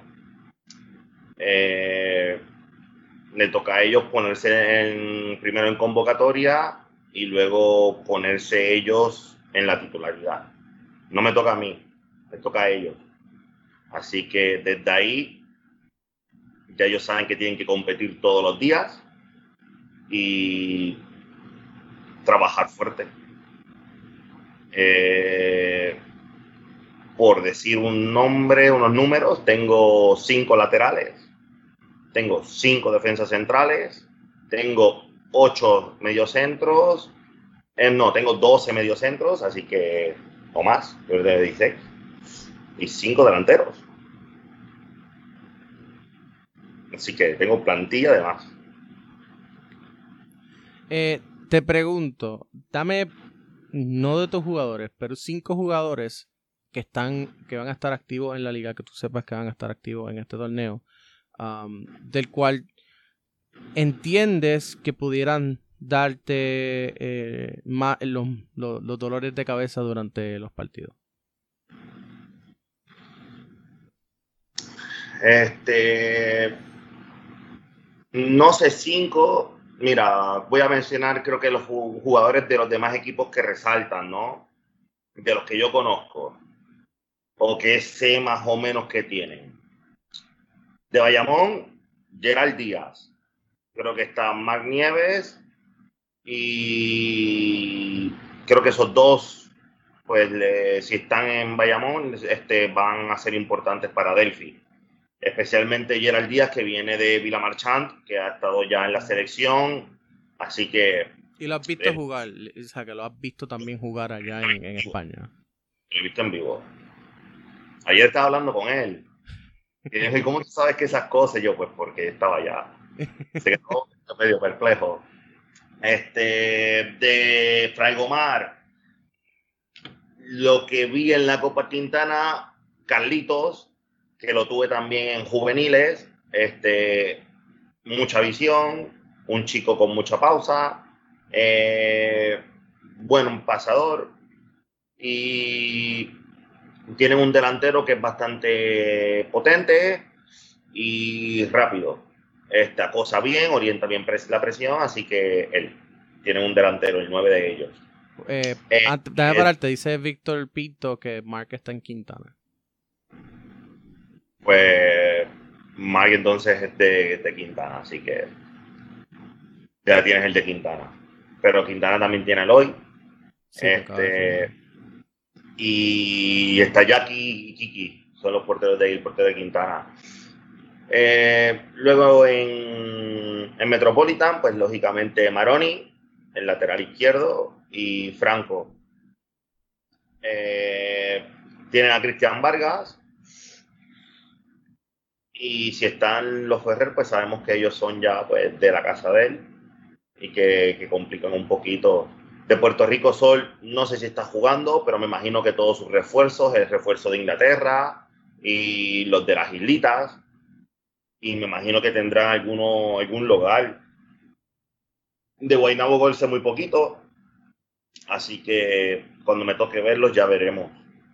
Eh, le toca a ellos ponerse en, primero en convocatoria y luego ponerse ellos en la titularidad. No me toca a mí, me toca a ellos. Así que desde ahí ya ellos saben que tienen que competir todos los días y trabajar fuerte. Eh, por decir un nombre, unos números, tengo cinco laterales, tengo cinco defensas centrales, tengo ocho mediocentros, eh, no, tengo doce mediocentros, así que, o más, yo de dieciséis, y cinco delanteros. Así que tengo plantilla de más. Eh, te pregunto, dame, no de tus jugadores, pero cinco jugadores que están, que van a estar activos en la liga, que tú sepas que van a estar activos en este torneo, um, del cual entiendes que pudieran darte eh, más, los, los, los dolores de cabeza durante los partidos. Este, no sé, cinco. Mira, voy a mencionar creo que los jugadores de los demás equipos que resaltan, ¿no? De los que yo conozco o que sé más o menos que tienen. De Bayamón, Gerald Díaz. Creo que está Marc Nieves y creo que esos dos, pues le, si están en Bayamón, este, van a ser importantes para Delphi. Especialmente Gerald Díaz, que viene de Villamarchant, que ha estado ya en la selección, así que... Y lo has visto eh, jugar, o sea, que lo has visto también jugar allá en, en España. Lo he visto en vivo. Ayer estaba hablando con él. Y dije, ¿cómo tú sabes que esas cosas? Yo, pues porque estaba allá. Se quedó medio perplejo. Este, de Fray Gomar, lo que vi en la Copa Quintana, Carlitos, que lo tuve también en juveniles, este, mucha visión, un chico con mucha pausa, eh, buen pasador y tienen un delantero que es bastante potente y rápido. Esta cosa bien, orienta bien pres- la presión, así que él tiene un delantero, el nueve de ellos. Eh, eh, antes de pararte, dice Víctor Pinto que Mark está en Quintana. Pues Mark entonces es de, de Quintana, así que ya tienes el de Quintana. Pero Quintana también tiene el hoy. Sí, este, y está Jackie y Kiki, son los porteros de, el portero de Quintana. Eh, luego en, en Metropolitan, pues lógicamente Maroni, el lateral izquierdo, y Franco. Eh, tienen a Cristian Vargas. Y si están los Ferrer, pues sabemos que ellos son ya pues, de la casa de él y que, que complican un poquito. De Puerto Rico Sol, no sé si está jugando, pero me imagino que todos sus refuerzos, el refuerzo de Inglaterra y los de las islitas, y me imagino que tendrán alguno, algún lugar. De Guaynabo Gol sé muy poquito, así que cuando me toque verlos ya veremos.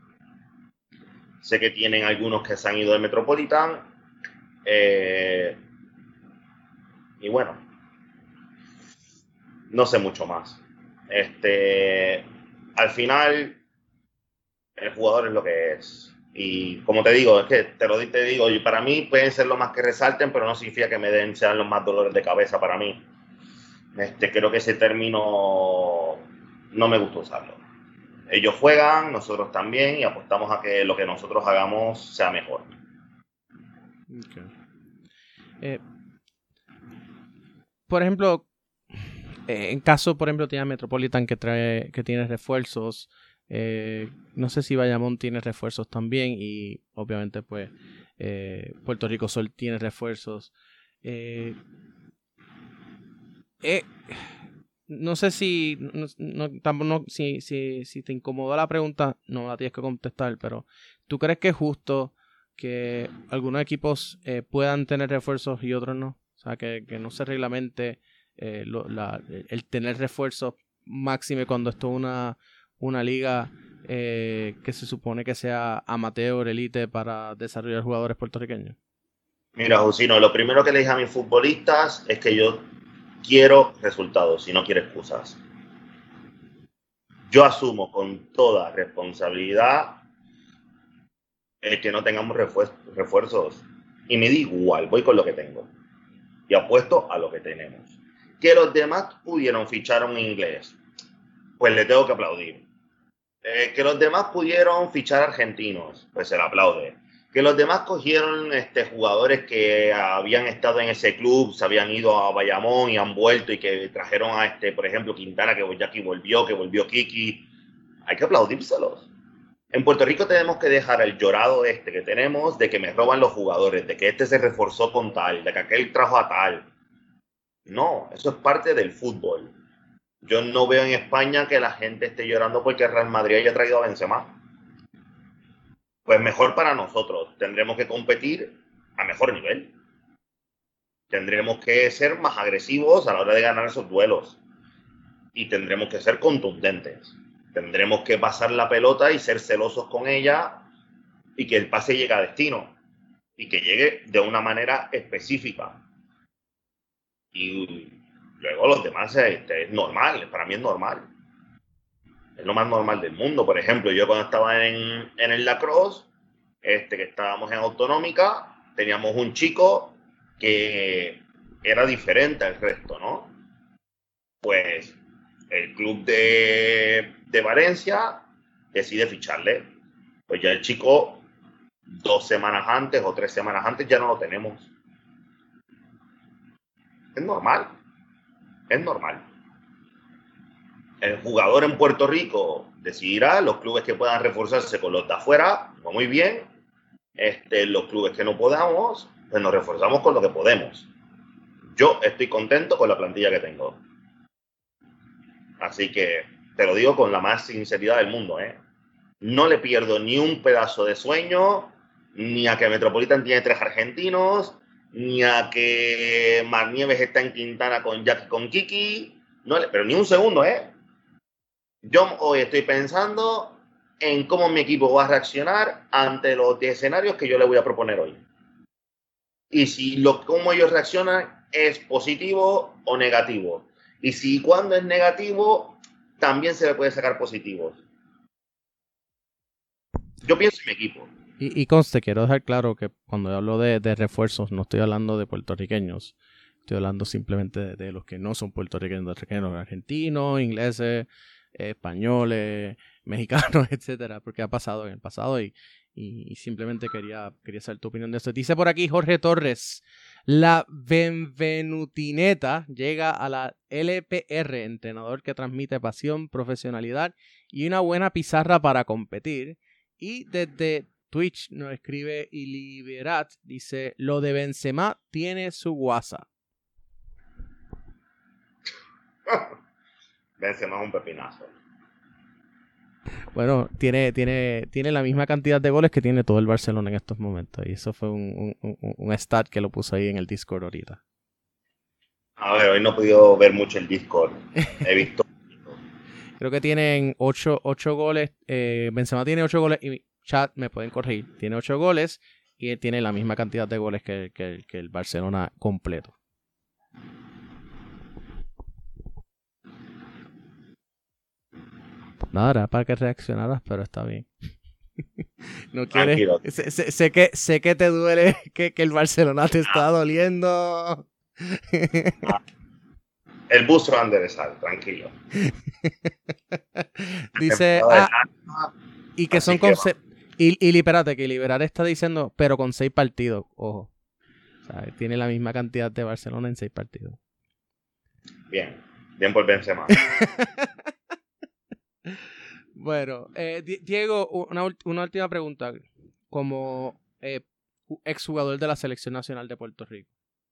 Sé que tienen algunos que se han ido de Metropolitan. Eh, y bueno, no sé mucho más. Este, al final, el jugador es lo que es. Y como te digo, es que te lo te digo, y para mí pueden ser los más que resalten, pero no significa que me den, sean los más dolores de cabeza para mí. Este, creo que ese término no me gusta usarlo. Ellos juegan, nosotros también, y apostamos a que lo que nosotros hagamos sea mejor. Okay. Eh, por ejemplo, eh, en caso, por ejemplo, tiene Metropolitan que trae, que tiene refuerzos. Eh, no sé si Bayamón tiene refuerzos también y obviamente pues eh, Puerto Rico Sol tiene refuerzos. Eh, eh, no sé si no, no, no, si, si, si te incomodó la pregunta, no la tienes que contestar, pero ¿tú crees que es justo que algunos equipos eh, puedan tener refuerzos y otros no? O sea, que, que no se reglamente eh, lo, la, el tener refuerzos máxime cuando esto es una, una liga eh, que se supone que sea amateur, elite para desarrollar jugadores puertorriqueños. Mira, Jusino, lo primero que le dije a mis futbolistas es que yo quiero resultados y no quiero excusas. Yo asumo con toda responsabilidad el que no tengamos refuerzos y me da igual, voy con lo que tengo y apuesto a lo que tenemos. Que los demás pudieron fichar un inglés, pues le tengo que aplaudir. Eh, que los demás pudieron fichar argentinos, pues se le aplaude. Que los demás cogieron este, jugadores que habían estado en ese club, se habían ido a Bayamón y han vuelto y que trajeron a, este, por ejemplo, Quintana, que ya aquí volvió, que volvió Kiki. Hay que aplaudírselos. En Puerto Rico tenemos que dejar el llorado este que tenemos de que me roban los jugadores, de que este se reforzó con tal, de que aquel trajo a tal. No, eso es parte del fútbol. Yo no veo en España que la gente esté llorando porque el Real Madrid haya traído a Benzema. Pues mejor para nosotros. Tendremos que competir a mejor nivel. Tendremos que ser más agresivos a la hora de ganar esos duelos. Y tendremos que ser contundentes. Tendremos que pasar la pelota y ser celosos con ella y que el pase llegue a destino. Y que llegue de una manera específica. Y luego los demás este, es normal. Para mí es normal. Es lo más normal del mundo. Por ejemplo, yo cuando estaba en, en el lacrosse, este, que estábamos en autonómica, teníamos un chico que era diferente al resto, ¿no? Pues el club de, de Valencia decide ficharle. Pues ya el chico, dos semanas antes o tres semanas antes, ya no lo tenemos. Es normal. Es normal. El jugador en Puerto Rico decidirá, los clubes que puedan reforzarse con los de afuera, va muy bien. Este, los clubes que no podamos, pues nos reforzamos con lo que podemos. Yo estoy contento con la plantilla que tengo. Así que te lo digo con la más sinceridad del mundo, ¿eh? No le pierdo ni un pedazo de sueño, ni a que Metropolitan tiene tres argentinos, ni a que Mar Nieves está en Quintana con Jack y con Kiki. No le, pero ni un segundo, ¿eh? Yo hoy estoy pensando en cómo mi equipo va a reaccionar ante los escenarios que yo le voy a proponer hoy. Y si lo, cómo ellos reaccionan es positivo o negativo. Y si cuando es negativo, también se le puede sacar positivos. Yo pienso en mi equipo. Y, y conste, quiero dejar claro que cuando hablo de, de refuerzos, no estoy hablando de puertorriqueños. Estoy hablando simplemente de, de los que no son puertorriqueños, argentinos, ingleses, españoles, mexicanos, etcétera, porque ha pasado en el pasado y, y, y simplemente quería, quería saber tu opinión de esto. Dice por aquí Jorge Torres, la Benvenutineta llega a la L P R, entrenador que transmite pasión, profesionalidad y una buena pizarra para competir. Y desde Twitch nos escribe Iliberat, dice, lo de Benzema tiene su guasa. Benzema es un pepinazo. Bueno, tiene, tiene, tiene la misma cantidad de goles que tiene todo el Barcelona en estos momentos. Y eso fue un, un, un, un stat que lo puso ahí en el Discord ahorita. A ver, hoy no he podido ver mucho el Discord. He visto. Creo que tienen ocho goles. Eh, Benzema tiene ocho goles. Y chat, me pueden corregir. Tiene ocho goles y tiene la misma cantidad de goles que, que, que el Barcelona completo. Nada, era para que reaccionaras, pero está bien. No quieres. Sé, sé, sé, que, sé que te duele que, que el Barcelona te está doliendo. Ah, el bus se va a enderezar, tranquilo. Dice. Ah, y que son con. Se... Y, y espérate, que Liberar está diciendo, pero con seis partidos. Ojo. O sea, tiene la misma cantidad de Barcelona en seis partidos. Bien. Bien por Benzema. Bueno, eh, Diego, una, una última pregunta. Como eh, exjugador de la Selección Nacional de Puerto Rico.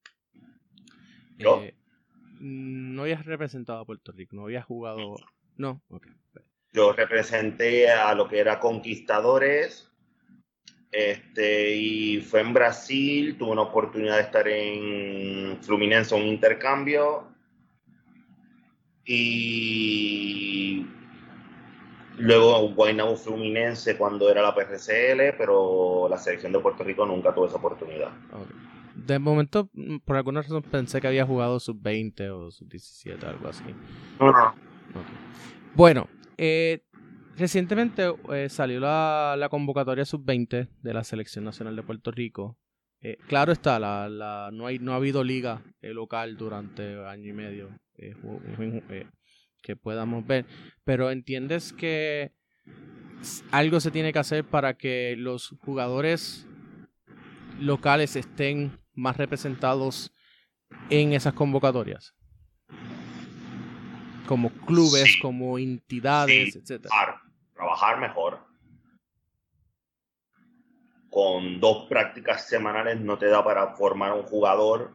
¿Yo? Eh, no habías representado a Puerto Rico, no habías jugado... No, ok. Yo representé a lo que era Conquistadores, Este, y fue en Brasil, tuve una oportunidad de estar en Fluminense, un intercambio. Y luego Guaynabo Fluminense cuando era la P R C L, pero la selección de Puerto Rico nunca tuvo esa oportunidad. Okay. De momento, por alguna razón pensé que había jugado sub veinte o sub diecisiete, algo así. No, no. Okay. Bueno, eh, recientemente eh, salió la, la convocatoria sub veinte de la Selección Nacional de Puerto Rico. Eh, claro está, la, la, no, hay, no ha habido liga eh, local durante año y medio eh, eh, que podamos ver, pero entiendes que algo se tiene que hacer para que los jugadores locales estén más representados en esas convocatorias, como clubes, sí, como entidades, sí, etcétera. Trabajar, trabajar mejor. Con dos prácticas semanales no te da para formar un jugador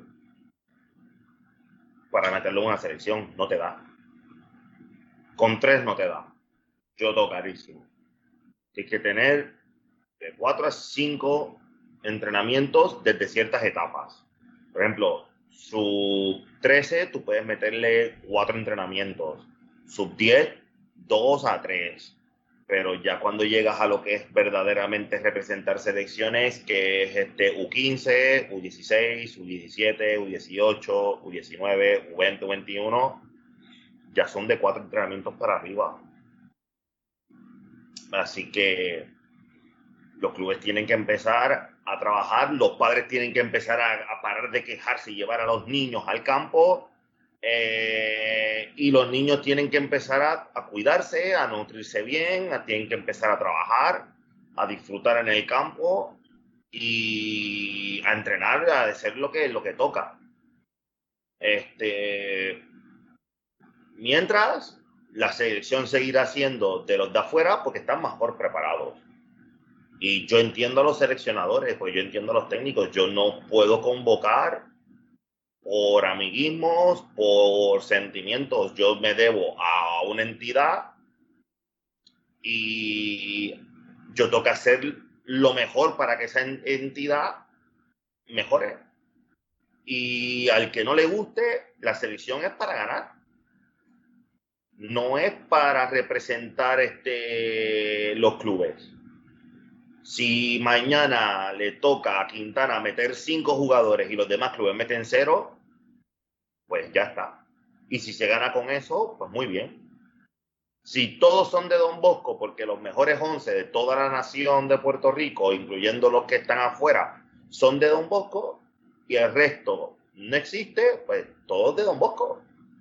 para meterlo en una selección, no te da. Con tres no te da. Yo tengo carísimo. Tienes que tener de cuatro a cinco entrenamientos desde ciertas etapas. Por ejemplo, sub trece tú puedes meterle cuatro entrenamientos. Sub diez, dos a tres. Pero ya cuando llegas a lo que es verdaderamente representar selecciones, que es este U quince, U dieciséis, U diecisiete, U dieciocho, U diecinueve, U veinte, U veintiuno, ya son de cuatro entrenamientos para arriba. Así que los clubes tienen que empezar a trabajar, los padres tienen que empezar a, a parar de quejarse y llevar a los niños al campo, eh, y los niños tienen que empezar a, a cuidarse, a nutrirse bien, a, tienen que empezar a trabajar, a disfrutar en el campo y a entrenar, a hacer lo que, lo que toca. Este, mientras, la selección seguirá siendo de los de afuera porque están mejor preparados. Y yo entiendo a los seleccionadores, pues yo entiendo a los técnicos. Yo no puedo convocar por amiguismos, por sentimientos. Yo me debo a una entidad y yo tengo que hacer lo mejor para que esa entidad mejore. Y al que no le guste, la selección es para ganar. No es para representar este, los clubes. Si mañana le toca a Quintana meter cinco jugadores y los demás clubes meten cero, pues ya está. Y si se gana con eso, pues muy bien. Si todos son de Don Bosco, porque los mejores once de toda la nación de Puerto Rico, incluyendo los que están afuera, son de Don Bosco, y el resto no existe, pues todos de Don Bosco.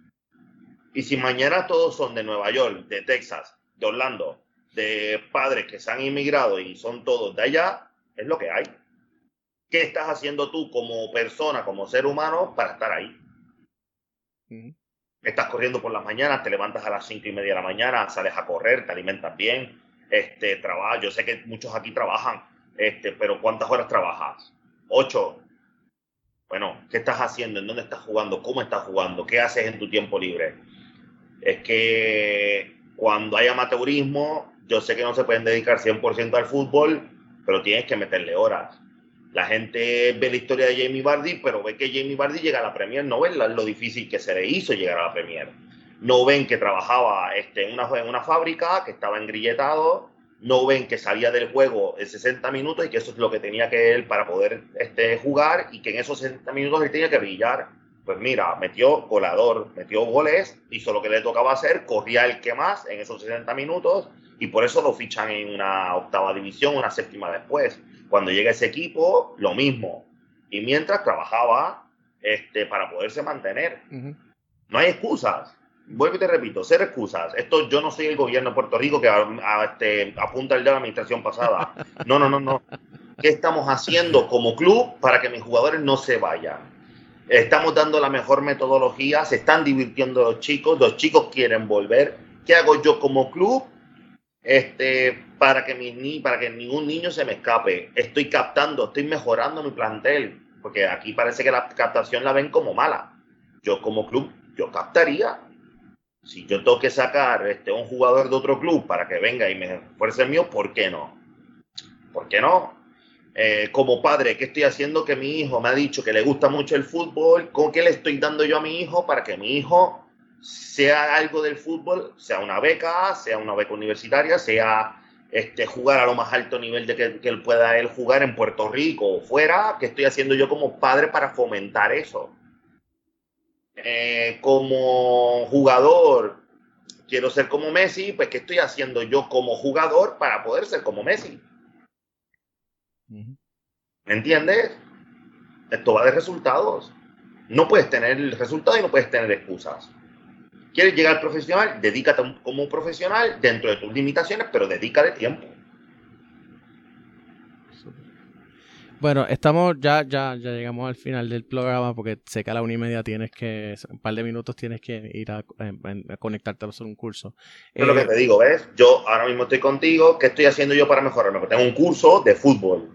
Y si mañana todos son de Nueva York, de Texas, de Orlando, de padres que se han inmigrado y son todos de allá, es lo que hay. ¿Qué estás haciendo tú como persona, como ser humano, para estar ahí? Uh-huh. Estás corriendo por las mañanas, te levantas a las cinco y media de la mañana, sales a correr, te alimentas bien, este, trabajas. Yo sé que muchos aquí trabajan, este, pero ¿cuántas horas trabajas? Ocho. Bueno, ¿qué estás haciendo? ¿En dónde estás jugando? ¿Cómo estás jugando? ¿Qué haces en tu tiempo libre? Es que cuando hay amateurismo, yo sé que no se pueden dedicar cien por ciento al fútbol, pero tienes que meterle horas. La gente ve la historia de Jamie Vardy, pero ve que Jamie Vardy llega a la Premier, no ven lo difícil que se le hizo llegar a la Premier. No ven que trabajaba este, en, una, en una fábrica, que estaba engrilletado, no ven que salía del juego en sesenta minutos y que eso es lo que tenía que él para poder este, jugar, y que en esos sesenta minutos él tenía que brillar. Pues mira, metió goleador, metió goles, hizo lo que le tocaba hacer, corría el que más en esos sesenta minutos, y por eso lo fichan en una octava división, una séptima después. Cuando llega ese equipo, lo mismo. Y mientras trabajaba este, para poderse mantener. Uh-huh. No hay excusas. Vuelvo y te repito, cero excusas. Esto, yo no soy el gobierno de Puerto Rico que a, a, este, apunta el de la administración pasada. No, no, no, no. ¿Qué estamos haciendo como club para que mis jugadores no se vayan? Estamos dando la mejor metodología, se están divirtiendo los chicos, los chicos quieren volver. ¿Qué hago yo como club este, para, que mi, para que ningún niño se me escape? Estoy captando, estoy mejorando mi plantel, porque aquí parece que la captación la ven como mala. Yo como club, yo captaría. Si yo tengo que sacar este, un jugador de otro club para que venga y me fuerce el mío, ¿por qué no? ¿Por qué no? Eh, como padre, ¿qué estoy haciendo? Que mi hijo me ha dicho que le gusta mucho el fútbol. ¿Con qué le estoy dando yo a mi hijo para que mi hijo sea algo del fútbol? Sea una beca, sea una beca universitaria, sea este, jugar a lo más alto nivel de que, que él pueda él jugar en Puerto Rico o fuera. ¿Qué estoy haciendo yo como padre para fomentar eso? Eh, como jugador, quiero ser como Messi, pues ¿qué estoy haciendo yo como jugador para poder ser como Messi? ¿Me entiendes? Esto va de resultados. No puedes tener el resultado y no puedes tener excusas. ¿Quieres llegar al profesional? Dedícate como profesional dentro de tus limitaciones, pero dedícale tiempo. Bueno, estamos, ya, ya, ya llegamos al final del programa porque sé que a la una y media tienes que, un par de minutos tienes que ir a, a, a conectarte a hacer un curso. Es eh, lo que te digo, ¿ves? Yo ahora mismo estoy contigo. ¿Qué estoy haciendo yo para mejorarme? Porque tengo un curso de fútbol.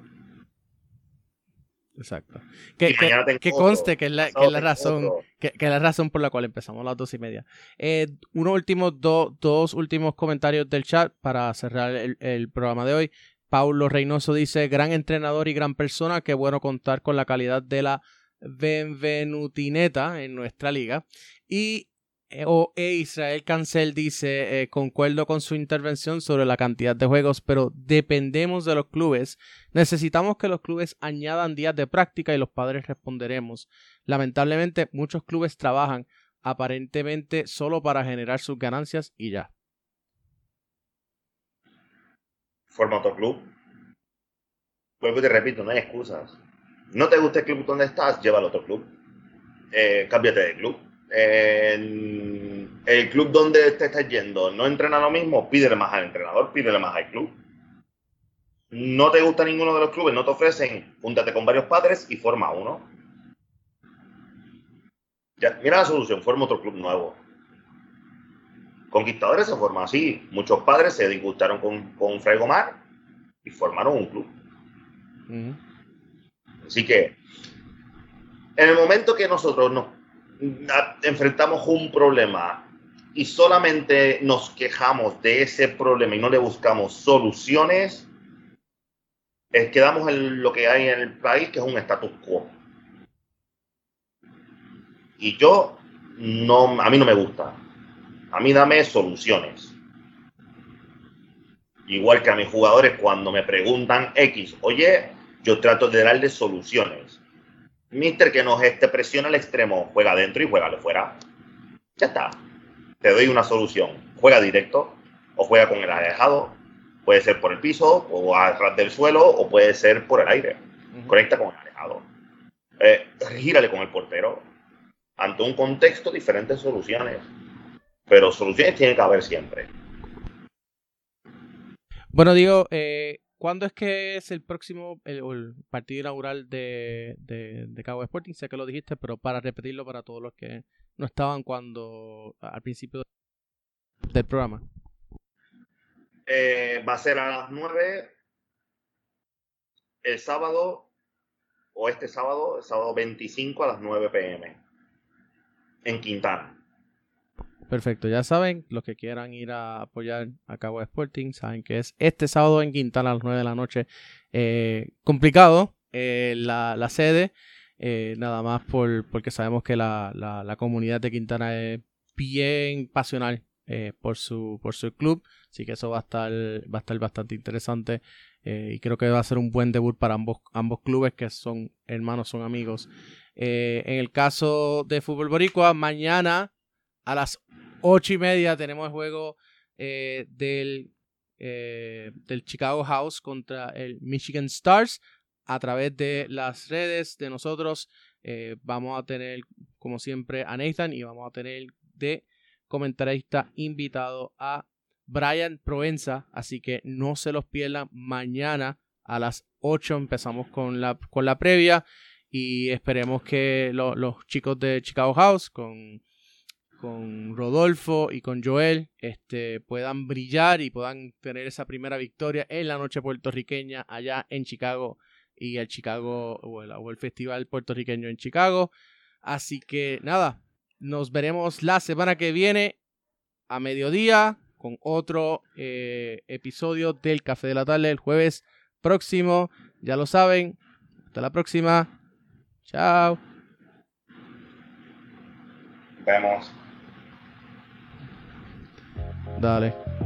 Exacto. Que, que, que conste que es la, que es la razón que, que es la razón por la cual empezamos a las dos y media. Eh, unos últimos do, dos últimos comentarios del chat para cerrar el, el programa de hoy. Paulo Reynoso dice: gran entrenador y gran persona, qué bueno contar con la calidad de la Benvenutineta en nuestra liga. Y eh, o e Israel Cancel dice: eh, concuerdo con su intervención sobre la cantidad de juegos, pero dependemos de los clubes. Necesitamos que los clubes añadan días de práctica y los padres responderemos. Lamentablemente, muchos clubes trabajan aparentemente solo para generar sus ganancias y ya. Forma otro club. Vuelvo y te repito, no hay excusas. No te gusta el club donde estás, llévalo a otro club. Eh, cámbiate de club. Eh, el club donde te estás yendo no entrena lo mismo, pídele más al entrenador, pídele más al club. No te gusta ninguno de los clubes, no te ofrecen, júntate con varios padres y forma uno. Ya, mira la solución, forma otro club nuevo. Conquistadores se forma así. Muchos padres se disgustaron con, con Fray Gomar y formaron un club. Uh-huh. Así que, en el momento que nosotros nos enfrentamos un problema y solamente nos quejamos de ese problema y no le buscamos soluciones, es, quedamos en lo que hay en el país, que es un status quo. Y yo, no, a mí no me gusta. A mí dame soluciones. Igual que a mis jugadores cuando me preguntan X, oye, yo trato de darles soluciones. Mister, que nos este presiona al extremo, juega adentro y juega de fuera. Ya está. Te doy una solución. Juega directo o juega con el alejado. Puede ser por el piso o a ras del suelo o puede ser por el aire. Uh-huh. Conecta con el alejado. Eh, gírale con el portero. Ante un contexto, diferentes soluciones. Pero soluciones tiene que haber siempre. Bueno, digo, eh, ¿cuándo es que es el próximo, el, el partido inaugural de, de, de Cagua Sporting? Sé que lo dijiste, pero para repetirlo para todos los que no estaban cuando al principio del programa. Eh, va a ser a las nueve el sábado, o este sábado, el sábado veinticinco a las nueve pe eme en Quintana. Perfecto, ya saben, los que quieran ir a apoyar a Cagua Sporting, saben que es este sábado en Quintana a las nueve de la noche. Eh, complicado eh, la, la sede, eh, nada más por porque sabemos que la, la, la comunidad de Quintana es bien pasional eh, por su por su club, así que eso va a estar, va a estar bastante interesante eh, y creo que va a ser un buen debut para ambos, ambos clubes que son hermanos, son amigos. Eh, en el caso de Fútbol Boricua, mañana a las ocho y media tenemos el juego eh, del, eh, del Chicago House contra el Michigan Stars. A través de las redes de nosotros eh, vamos a tener, como siempre, a Nathan y vamos a tener de comentarista invitado a Brian Proenza. Así que no se los pierdan. Mañana a las ocho empezamos con la, con la previa y esperemos que lo, los chicos de Chicago House con... con Rodolfo y con Joel este, puedan brillar y puedan tener esa primera victoria en la noche puertorriqueña allá en Chicago y el Chicago o el, o el festival puertorriqueño en Chicago. Así que nada, nos veremos la semana que viene a mediodía con otro eh, episodio del Café de la Tarde el jueves próximo. Ya lo saben. Hasta la próxima. Chao. Vemos. Dale.